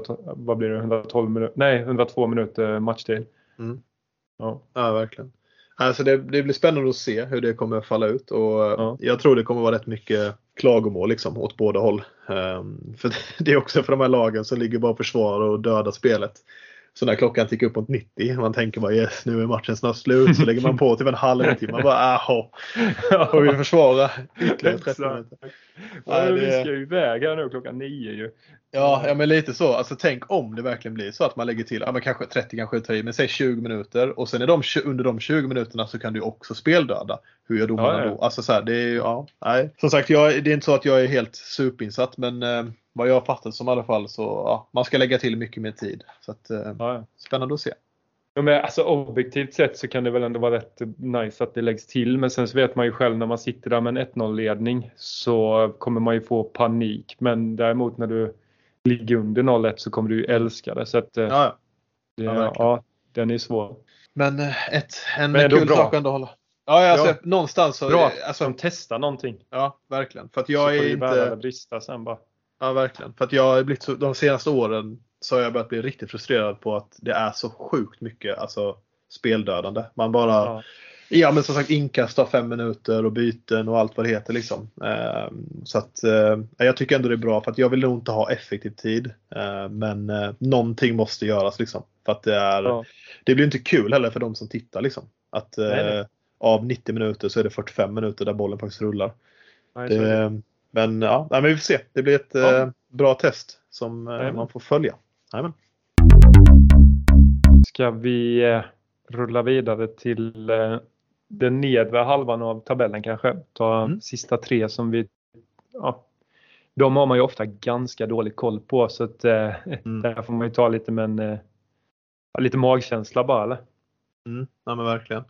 102 minuter matchtid. Ja, verkligen. Alltså det blir spännande att se hur det kommer att falla ut. Och jag tror det kommer att vara rätt mycket klagomål liksom, åt båda håll. För det är också för de här lagen som ligger bara försvara och döda spelet. Så när klockan tickar upp mot 90, man tänker bara yes, nu är matchen snart slut, så lägger man på typ en halvtimme. Man bara får vi försvara ytterligare 30 minuter. Vi ska ju väga nu klockan 9 ju. Ja, men lite så. Alltså tänk om det verkligen blir så att man lägger till, men kanske 30, kanske 30, men säg 20 minuter. Och sen är under de 20 minuterna så kan du också speldöda. Hur gör domarna då? Alltså så här, det är nej. Som sagt, det är inte så att jag är helt superinsatt, men vad jag har fattat som i alla fall så man ska lägga till mycket mer tid. Så att, spännande att se. Ja, men alltså objektivt sett så kan det väl ändå vara rätt nice att det läggs till. Men sen så vet man ju själv när man sitter där med en 1-0-ledning så kommer man ju få panik. Men däremot när du ligger under 0-1 så kommer du ju älska det. Så att den är svår. Men en kul sak ändå hålla. Någonstans så... Bra att de testar någonting. Ja, verkligen. För att jag är inte... brista sen bara. Ja, verkligen. För att jag har blivit de senaste åren så har jag börjat bli riktigt frustrerad på att det är så sjukt mycket speldödande. Man bara men som sagt inkast av 5 minuter och byten och allt vad det heter liksom. Så att jag tycker ändå det är bra för att jag vill nog inte ha effektiv tid. Men någonting måste göras liksom. För att det blir inte kul heller för de som tittar liksom. Att av 90 minuter så är det 45 minuter där bollen faktiskt rullar. Men vi får se. Det blir ett bra test som man får följa. Amen. Ska vi rulla vidare till den nedre halvan av tabellen kanske? Ta sista 3 som vi... de har man ju ofta ganska dålig koll på. Så att där får man ju ta lite med lite magkänsla bara, eller? Ja, men verkligen.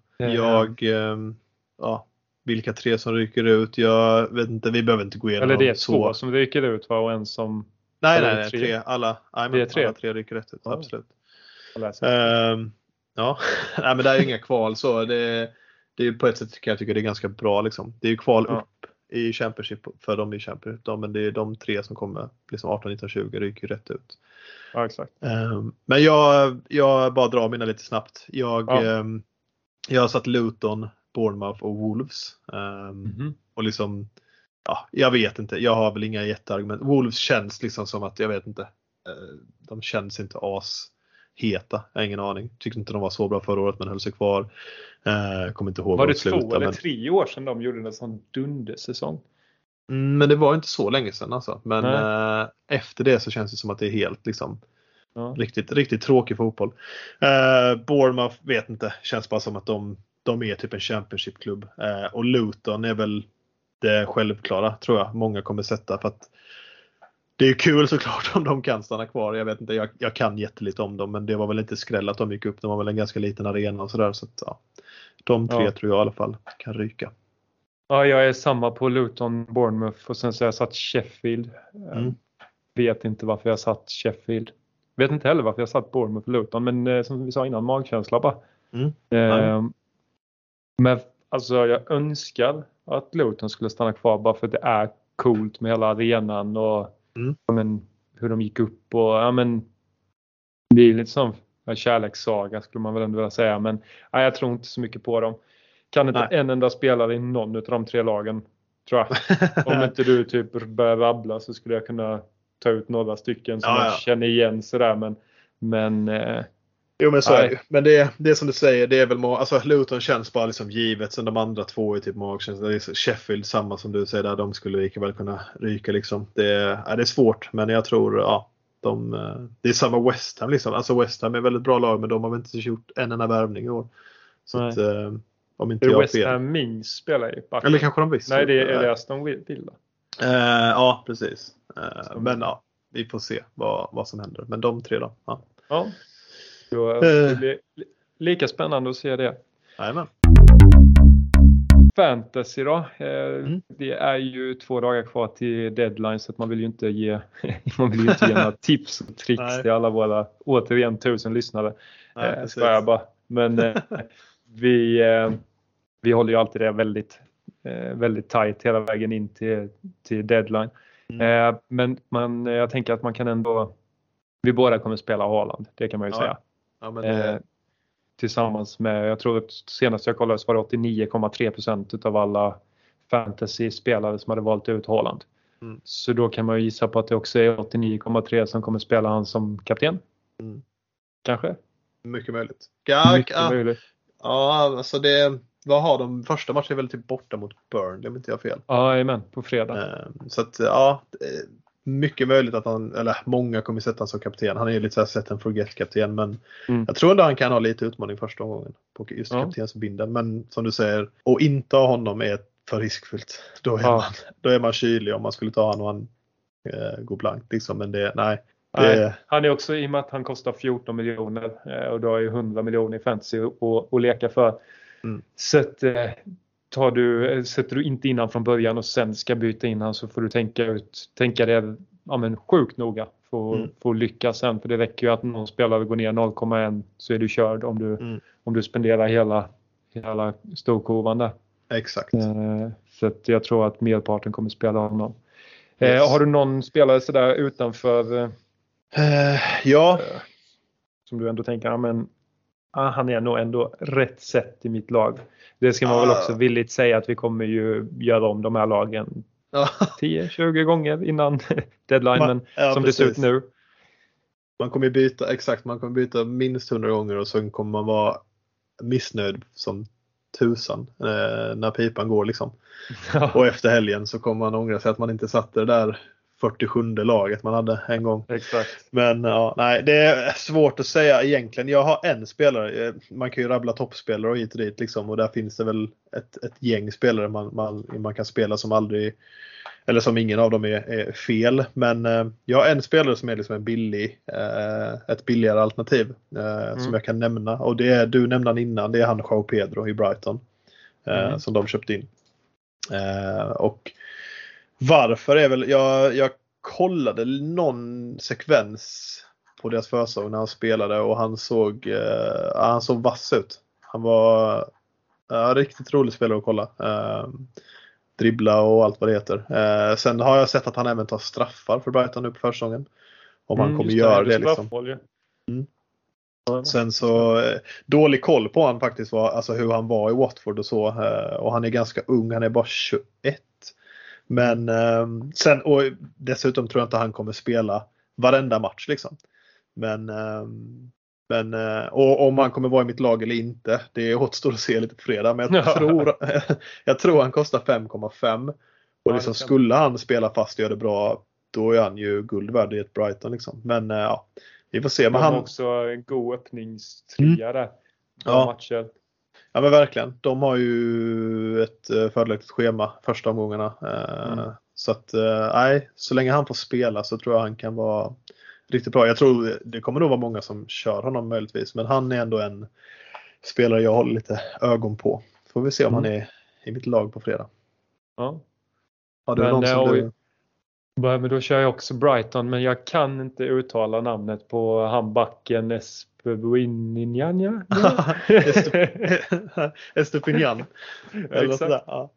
Vilka 3 som ryker ut. Jag vet inte, vi behöver inte gå igenom. Eller det är 2 som ryker ut och en som... Nej, 3. Alla 3 ryker rätt ut, absolut. Nej, men det är inga kval så. Det är på ett sätt jag tycker det är ganska bra liksom. Det är ju kval upp i Championship för dem i Championship. Men det är de 3 som kommer liksom 18, 19, 20 ryker rätt ut. Ja, exakt. Men jag bara drar mina lite snabbt. Jag har satt Luton, Bournemouth och Wolves. Och liksom, jag vet inte. Jag har väl inga jätteargument. Wolves känns liksom som att, jag vet inte. De känns inte heta. Jag har ingen aning. Tyckte inte de var så bra förra året men höll sig kvar. Kommer inte ihåg. Var det 2 eller 3 år sedan de gjorde en sån dundersäsong? Men det var inte så länge sedan alltså. Men efter det så känns det som att det är helt liksom riktigt tråkig fotboll. Bournemouth vet inte. Känns bara som att de är typ en Championship-klubb. Och Luton är väl det självklara tror jag. Många kommer sätta för att Det är ju kul såklart om de kan stanna kvar. Jag vet inte, jag kan jättelite om dem, men det var väl inte skräll att de gick upp. De var väl en ganska liten arena och sådär. Så att, ja, de tre tror jag i alla fall kan ryka. Ja, jag är samma på Luton, Bournemouth och sen så har jag satt Sheffield. Vet inte varför jag satt Sheffield. Vet inte heller varför jag satt Bournemouth och Luton, men som vi sa innan, magkänsla bara. Men alltså jag önskar att Luton skulle stanna kvar bara för att det är coolt med hela arenan och men, hur de gick upp och ja, men det är lite som en kärlekssaga skulle man väl ändå vilja säga, men ja, jag tror inte så mycket på dem. Kan inte en enda spelare i någon av de tre lagen, tror jag. Om inte du typ börjar rabbla så skulle jag kunna ta ut några stycken som man känner igen sådär, men jo, men så är det ju. Men det är som du säger, det är väl alltså Luton känns bara liksom givet, sen de andra två är typ magkänsla. Det är Sheffield samma som du säger där, de skulle lika väl kunna ryka liksom. Det är svårt, men jag tror det är samma West Ham liksom. Alltså West Ham är väldigt bra lag, men de har väl inte gjort en enda värvning i år. Så att, om inte jag West Ham Mings spelar ju backen. Eller kanske de visste. Nej, det är Aston Villa. Ja, precis. Men ja, vi får se vad som händer. Men de tre då. Ja. Det blir lika spännande att se det. Jajamän. Fantasy då. Det är ju 2 dagar kvar till deadline, så att man vill ju inte ge några tips och tricks till alla våra återigen 1000 lyssnare. Men vi håller ju alltid det väldigt, väldigt tight hela vägen in till deadline. Men jag tänker att man kan ändå, vi båda kommer spela Haaland, det kan man ju säga. Ja, men tillsammans med, jag tror att senast jag kollade så var det 89,3% av alla fantasy-spelare som hade valt ut Haaland. Så då kan man ju gissa på att det också är 89,3 som kommer spela han som kapten. Kanske? Mycket möjligt. Mycket möjligt. Ja, alltså vad har de? Första matchen är väl typ borta mot Burnley, om inte jag har fel. Ja, amen, på fredag. Så att mycket möjligt att många kommer sätta han som kapten. Han är ju lite så här set and forget kapten, men jag tror ändå han kan ha lite utmaning första gången på just kaptensbinden. Men som du säger, och inte ha honom är för riskfyllt. Då är man kylig om man skulle ta honom och han går blankt liksom. Men han är också, i och med att han kostar 14 miljoner och då är 100 miljoner i fantasy att leka för. Så att sätter du inte in han från början och sen ska byta in han, så får du tänka det sjukt noga för att lyckas sen. För det räcker ju att någon spelare går ner 0,1 så är du körd om du spenderar hela storkurvan där. Exakt. Så att jag tror att merparten kommer spela honom. Har du någon spelare sådär utanför som du ändå tänker han är nog ändå rätt sätt i mitt lag. Det ska man väl också villigt säga att vi kommer ju göra om de här lagen 10-20 gånger innan deadline, men som det ser ut nu. Man kommer byta minst 100 gånger och sen kommer man vara missnöjd som tusan när pipan går liksom. Och efter helgen så kommer man ångra sig att man inte satte det där 47 laget man hade en gång. Exakt. Men det är svårt att säga egentligen. Jag har en spelare, man kan ju rabbla toppspelare och hit och dit liksom, och där finns det väl ett gäng spelare man kan spela som aldrig, eller som ingen av dem är fel. Men jag har en spelare som är liksom ett billigare alternativ som jag kan nämna, och det är, du nämnde han innan, det är han João Pedro i Brighton som de köpte in. Och varför är väl, jag kollade någon sekvens på deras försäsong när han spelade och han såg vass ut. Han var riktigt rolig spelare att kolla. Dribbla och allt vad det heter. Sen har jag sett att han även tar straffar för Brighton nu på försäsongen. Om han kommer göra det liksom. Sen så dålig koll på han faktiskt var, alltså hur han var i Watford och så. Och han är ganska ung, han är bara 21. Men sen, och dessutom tror jag inte han kommer spela varenda match liksom. Men och om han kommer vara i mitt lag eller inte, det är återstår att se lite på fredag. Men jag tror han kostar 5,5. Och liksom, skulle han spela fast och göra det bra, då är han ju guld värd i ett Brighton liksom. Men vi får se. Men han har också en god öppningstria där. Matcher. Ja men verkligen. De har ju ett fördelaktigt schema första omgångarna. Så att nej, så länge han får spela så tror jag han kan vara riktigt bra. Jag tror det kommer nog vara många som kör honom möjligtvis, men han är ändå en spelare jag håller lite ögon på. Får vi se om han är i mitt lag på fredag. Ja. Ja, det är någon som du... Men då kör jag också Brighton, men jag kan inte uttala namnet på handbacken Espewinjanja. Estepinian. Exakt. Ja.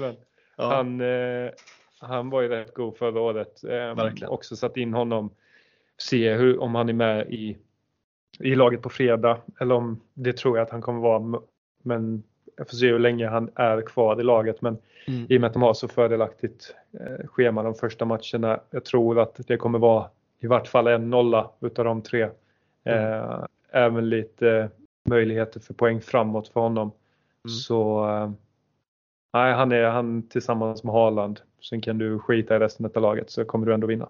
Han var ju rätt god förra året. Också satt in honom. Se om han är med i laget på fredag. Eller om det tror jag att han kommer vara. Men jag får se hur länge han är kvar i laget. Men i och med att de har så fördelaktigt schema de första matcherna. Jag tror att det kommer vara i vart fall 1-0 utav de 3. Även lite möjligheter för poäng framåt för honom. Så nej, han tillsammans med Haaland. Sen kan du skita i resten av laget så kommer du ändå vinna.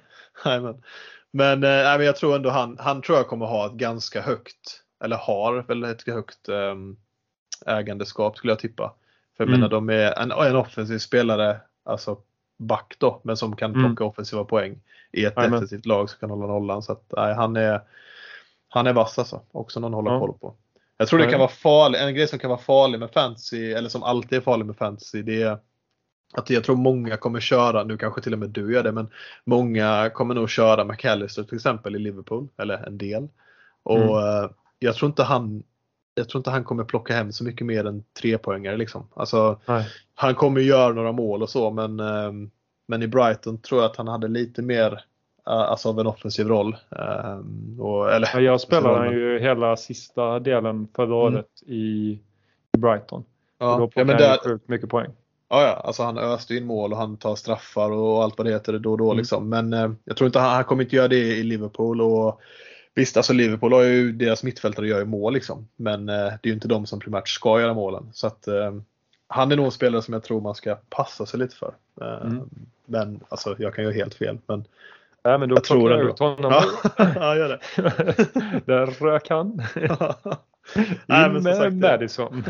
Men jag tror ändå han tror jag kommer ha ett ganska högt, eller har väl ett högt ägandeskap skulle jag tippa. För jag menar de är en offensiv spelare, alltså back då, men som kan plocka offensiva poäng i ett defensivt lag som kan hålla nollan. Så att han är vass alltså. Också någon håller koll på. Jag tror det kan vara farligt. En grej som kan vara farlig med fantasy, eller som alltid är farlig med fantasy, det är att jag tror många kommer köra, nu kanske till och med du gör det, men många kommer nog köra McAllister till exempel i Liverpool, eller en del. Och jag tror inte han kommer plocka hem så mycket mer än 3-poängare liksom. Alltså, han kommer göra några mål och så, men i Brighton tror jag att han hade lite mer alltså av en offensiv roll. Jag spelade ju hela sista delen förra året i Brighton. Och då plockade han sjukt mycket poäng. Ja, alltså han öste in mål och han tar straffar och allt vad det heter då och då liksom. Men jag tror inte han kommer inte göra det i Liverpool. Och visst, alltså Liverpool har ju deras mittfältare gör ju mål liksom. Men det är ju inte de som primärt ska göra målen. Så att han är nog en spelare som jag tror man ska passa sig lite för. Men alltså jag kan ju helt fel. Men men då jag tror jag ut honom. Ja, gör det. Där rök han. Men med Madison.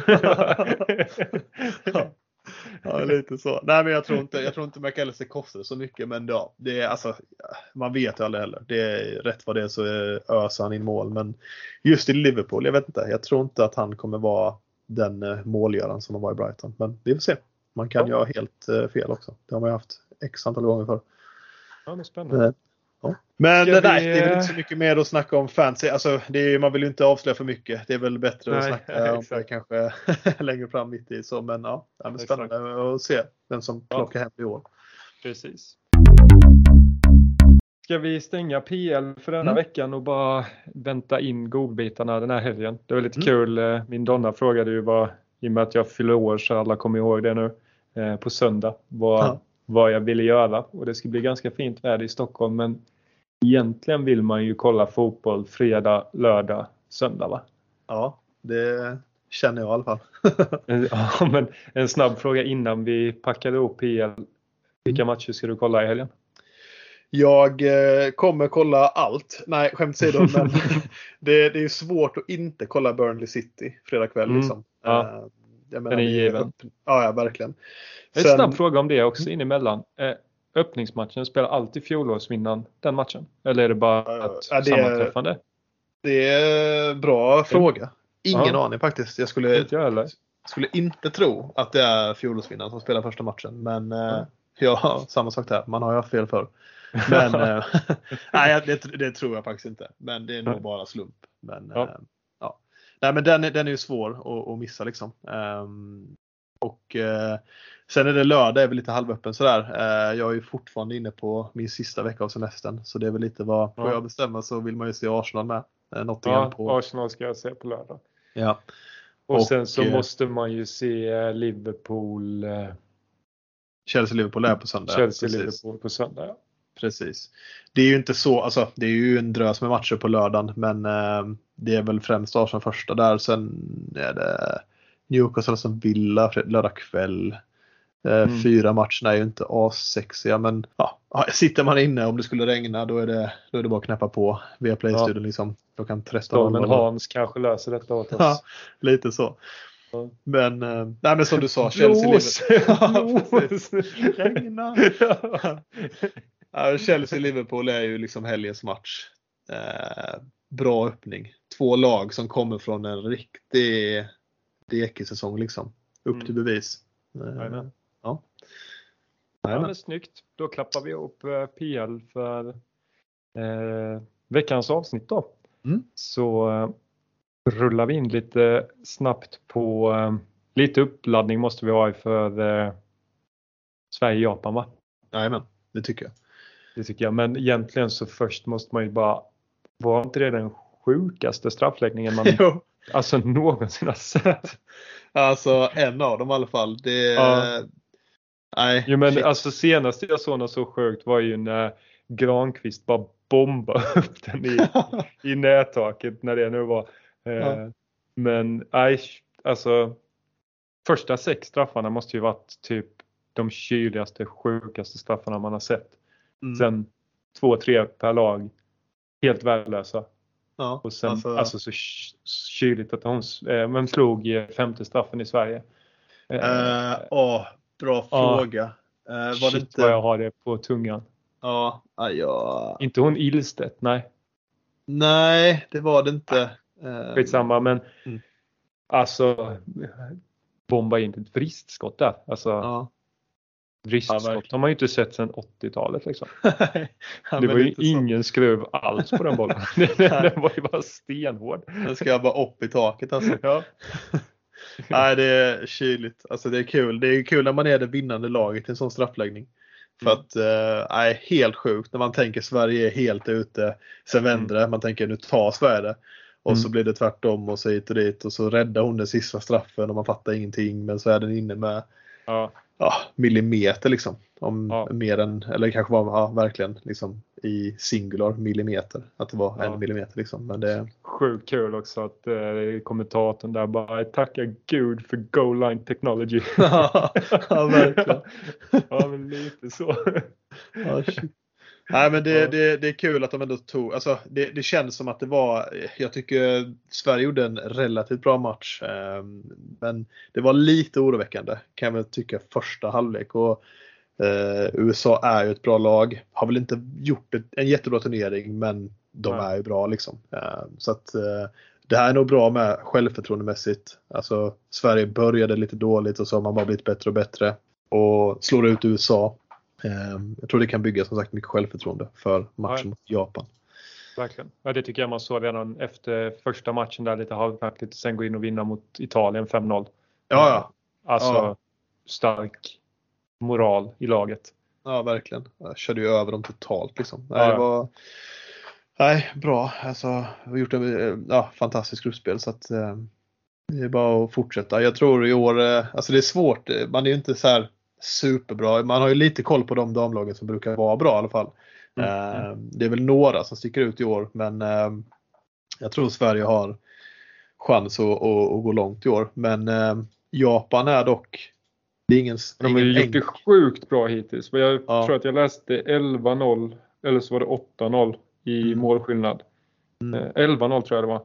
Ja, lite så. Nej, men jag tror inte McAllister kostar så mycket, men ja, det är alltså, man vet ju aldrig heller. Det är rätt vad det är så öser han in mål, men just i Liverpool, jag vet inte. Jag tror inte att han kommer vara den målgöraren som han var i Brighton, men vi får se. Man kan ju ha helt fel också. Det har man ju haft x antal gånger för. Ja, det är spännande. Men det är väl inte så mycket mer att snacka om fantasy. Alltså, man vill ju inte avslöja för mycket. Det är väl bättre att snacka om det kanske längre fram mitt i. Så, men ja, det är spännande att se vem som plockar hem i år. Precis. Ska vi stänga PL för denna veckan och bara vänta in godbitarna den här helgen? Det var lite kul. Min donna frågade ju i och med att jag fyller år så alla kommer ihåg det nu på söndag. Vad jag ville göra. Och det ska bli ganska fint väder i Stockholm. Men egentligen vill man ju kolla fotboll fredag, lördag, söndag, va? Ja, det känner jag i alla fall. Ja, men en snabb fråga innan vi packar ihop PL. Vilka matcher ska du kolla i helgen? Jag kommer kolla allt. Nej, skämt åsido, men det är svårt att inte kolla Burnley City fredag kväll liksom. Ja. Jag menar, den är given. Ja, verkligen. En snabb fråga om det också inemellan. Öppningsmatchen spelar alltid fjolårsvinnaren den matchen? Eller är det bara ett sammanträffande? Det är bra fråga. Ingen aning faktiskt. Jag skulle inte tro att det är fjolårsvinnaren som spelar första matchen. Men ja, samma sak där. Man har ju haft fel för. Men nej, det tror jag faktiskt inte. Men det är nog bara slump. Men nej, men den är ju svår att missa liksom. Och sen är det lördag, är väl lite halvöppen sådär. Jag är ju fortfarande inne på min sista vecka av semestern. Så det är väl lite vad får jag bestämma, så vill man ju se Arsenal med. Arsenal ska jag se på lördag. Ja. Och sen så måste man ju se Liverpool. Chelsea-Liverpool är på söndag. Chelsea-Liverpool på söndag, ja. Precis. Det är ju inte så, alltså det är ju en drös med matcher på lördagen. Men det är väl främst Arsenal första där. Sen är det Newcastle som Villa lördag kväll. 4 matcherna är ju inte assexiga, men sitter man inne om det skulle regna då är det bara att knäppa på via Play-studion liksom. Klockan 13. Men Hans kanske löser detta åt oss. Ja, lite så. Ja. Men, nej, men som du sa, Chelsea-Liverpool. Regna. Ja, Chelsea-Liverpool är ju liksom helgens match. Bra öppning. 2 lag som kommer från en riktig dekesäsong liksom. Upp till bevis. Ja. Ja, men snyggt. Då klappar vi upp PL för veckans avsnitt då. Så rullar vi in lite snabbt på lite uppladdning måste vi ha för Sverige-Japan, va? Jajamän, det tycker jag. Det tycker jag. Men egentligen så först måste man ju bara, var inte det den sjukaste straffläggningen man alltså någonsin har sett? Alltså en av dem i alla fall. Nej. Jo, men alltså senast jag såg något så sjukt var ju när Granqvist bara bombade upp den i nättaket när det nu var. Men alltså första 6 straffarna måste ju varit typ de kyligaste, sjukaste straffarna man har sett. Sen 2-3 per lag helt värdelösa. Ja, och sen alltså så kyligt att hon slog 5:e straffen i Sverige. Bra fråga. Var det inte vad jag har det på tungan? Ja. Inte hon Ilstedt, nej. Nej, det var det inte. Skitsamma, men alltså bomba in ett vristskott där. Alltså vristskott har man ju inte sett sedan 80-talet liksom. Det var ju ingen skruv alls på den bollen. Den var ju bara stenhård. Den ska bara upp i taket alltså. Ja. Nej, det är kyligt. Alltså det är kul. Det är kul när man är det vinnande laget i en sån straffläggning. För att, helt sjukt när man tänker Sverige är helt ute. Sen vänder det. Man tänker nu tar Sverige det. Och så blir det tvärtom och så hit och dit. Och så räddar hon den sista straffen och man fattar ingenting. Men så är den inne med millimeter liksom. Mer än, eller kanske var verkligen liksom i singular millimeter. Att det var 1 millimeter liksom. Men det är sjukt kul också att kommentatorn där bara tackar Gud för goal line technology. Ja, verkligen. Ja, men lite så. Nej, men det är kul att de ändå tog, alltså det känns som att det var, jag tycker Sverige gjorde en relativt bra match, men det var lite oroväckande kan jag väl tycka första halvlek, och USA är ju ett bra lag, har väl inte gjort en jättebra turnering, men de är ju bra liksom, så att det här är nog bra med självförtroendemässigt. Alltså Sverige började lite dåligt och så har man bara blivit bättre och bättre och slår ut USA. Jag tror det kan bygga som sagt mycket självförtroende för matchen mot Japan. Verkligen. Ja, det tycker jag man såg redan efter första matchen där lite halvknackligt, sen gå in och vinna mot Italien 5-0. Alltså stark moral i laget. Ja, verkligen. Jag körde ju över dem totalt liksom. Det var bra. Alltså, vi har gjort ett fantastiskt gruppspel, så att det är bara att fortsätta. Jag tror i år, alltså det är svårt. Man är ju inte så här superbra. Man har ju lite koll på de damlagen som brukar vara bra i alla fall. Det är väl några som sticker ut i år, men jag tror Sverige har chans att gå långt i år. Men Japan är dock, det är ingen de har ju gjort det sjukt bra hittills. Men jag tror att jag läste 11-0 eller så var det 8-0 i målskillnad. 11-0 tror jag det var.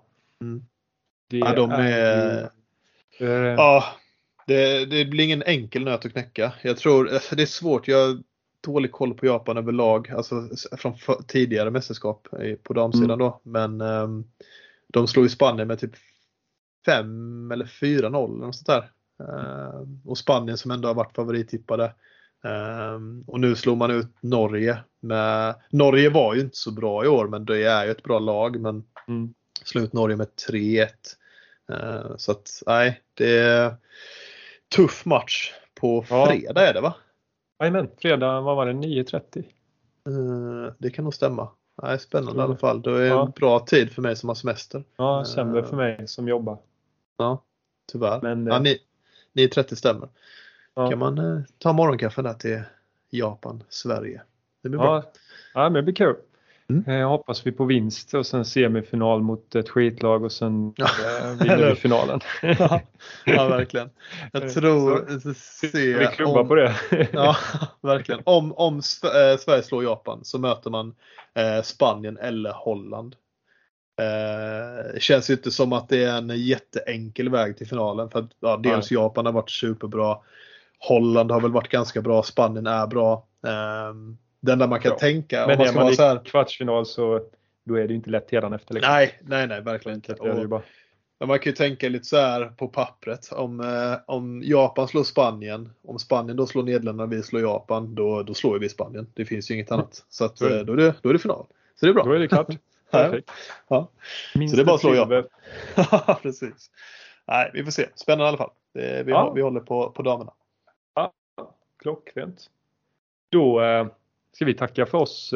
Det blir ingen enkel nöt att knäcka. Jag tror det är svårt. Jag har dålig koll på Japan överlag, alltså från tidigare mästerskap på damsidan då, men de slog i Spanien med typ 5 eller 4-0 eller något sånt där. Och Spanien som ändå har varit favorittippade. Och nu slog man ut Norge. Norge var ju inte så bra i år, men det är ju ett bra lag, men slog ut Norge med 3-1. Så att det är tuff match på fredag är det, va? Jajamän, fredag, vad var det, 9:30? Det kan nog stämma. Spännande i alla fall. Det är en bra tid för mig som har semester. Ja, sämre för mig som jobbar. Ja, tyvärr. Men 9:30 stämmer. Kan man ta morgonkaffe där till Japan, Sverige. Det blir bra. Ja, men det blir kul. Jag hoppas vi på vinst och sen semifinal mot ett skitlag och sen vinner vi finalen. Ja, verkligen. Jag tror vi klubbar på det. Ja, verkligen. Om Sverige slår Japan så möter man Spanien eller Holland. Känns ju inte som att det är en jätteenkel väg till finalen. För att, dels Japan har varit superbra. Holland har väl varit ganska bra. Spanien är bra. Det enda man kan tänka. Men om man ska vara så här, kvartsfinal så då är det inte lätt redan efter. Liksom. Nej, verkligen inte. Det är ju bara. Men man kan ju tänka lite så här på pappret. Om Japan slår Spanien. Om Spanien då slår Nederländerna och vi slår Japan. Då slår vi Spanien. Det finns ju inget annat. Så att, då är det final. Så det är bra. Då är det klart. Perfekt. Ja. Så det är bara att slå Japan. Ja, precis. Nej, vi får se. Spännande i alla fall. Vi håller på damerna. Ja, klockrent. Då ska vi tacka för oss.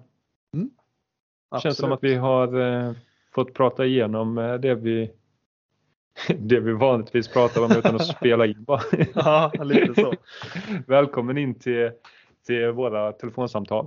Känns som att vi har fått prata igenom det vi vanligtvis pratar om utan att spela in. Ja, lite så. Välkommen in till våra telefonsamtal.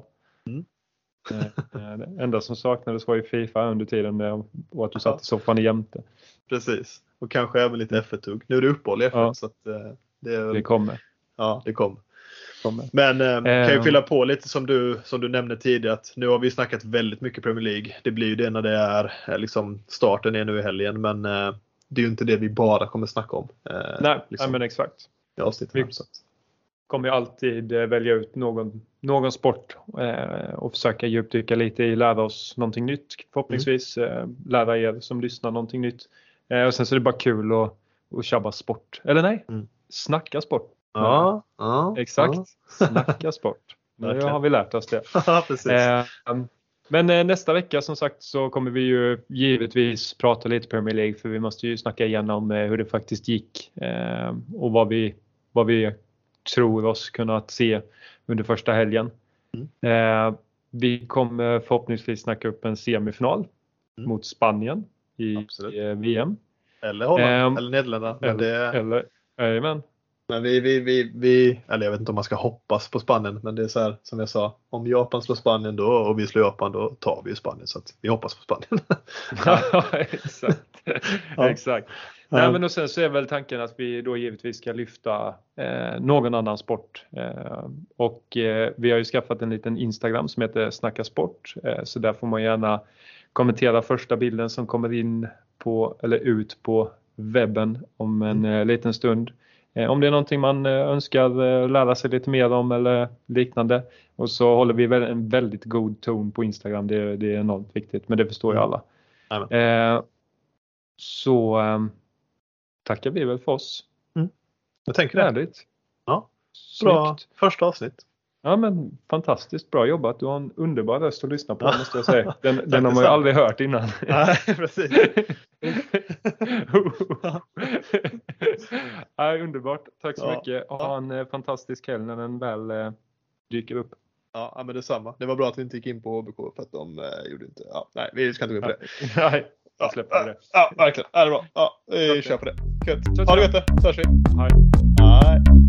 Det enda som saknades var ju FIFA under tiden och att du satt i soffan jämte. Precis. Och kanske även lite F1-tugg. Nu är det uppehåll i F1 så att det kommer. Ja, det kommer. Men kan jag fylla på lite som du nämnde tidigare att nu har vi snackat väldigt mycket Premier League. Det blir ju det när det är liksom starten är nu i helgen, men det är ju inte det vi bara kommer snacka om. Nej, men exakt. Vi kommer ju alltid välja ut någon sport och försöka djupdyka lite i, lära oss någonting nytt förhoppningsvis, lära er som lyssnar någonting nytt. Och sen så är det bara kul att tjabba sport. Eller nej, snacka sport. Ja, exakt. Snacka sport. Nu har vi lärt oss det. Ja, precis. Men nästa vecka som sagt så kommer vi ju givetvis prata lite Premier League, för vi måste ju snacka igenom hur det faktiskt gick och vad vi tror oss kunna se under första helgen. Vi kommer förhoppningsvis snacka upp en semifinal mot Spanien i VM. Eller Holland, eller Nederländerna. Men vi eller jag vet inte om man ska hoppas på Spanien, men det är så här som jag sa, om Japan slår Spanien då och vi slår Japan, då tar vi ju Spanien, så att vi hoppas på Spanien. Ja, exakt. Nej, men och sen så är väl tanken att vi då givetvis ska lyfta någon annan sport. Och vi har ju skaffat en liten Instagram som heter Snacka Sport. Så där får man gärna kommentera första bilden som kommer in på eller ut på webben om en liten stund. Om det är någonting man önskar lära sig lite mer om eller liknande. Och så håller vi en väldigt god ton på Instagram. Det är enormt viktigt, men det förstår ju alla. Så tackar vi väl för oss. Jag tänker det. Härligt. Ja, bra första avsnitt. Ja, men fantastiskt bra jobbat. Du har en underbar röst att lyssna på, måste jag säga. Den har man ju aldrig hört innan. Nej, precis. Ja, underbart. Tack så mycket. Ha en fantastisk helg när den väl dyker upp. Ja, men detsamma. Det var bra att vi inte gick in på HBK för att de gjorde inte... Ja, nej, vi ska inte gå in på det. Nej, jag släpper det. Ja, verkligen. Ja, det är bra. Ja, vi kör på det. Kul. Ha det gott. Så hörs vi. Hej. Hej.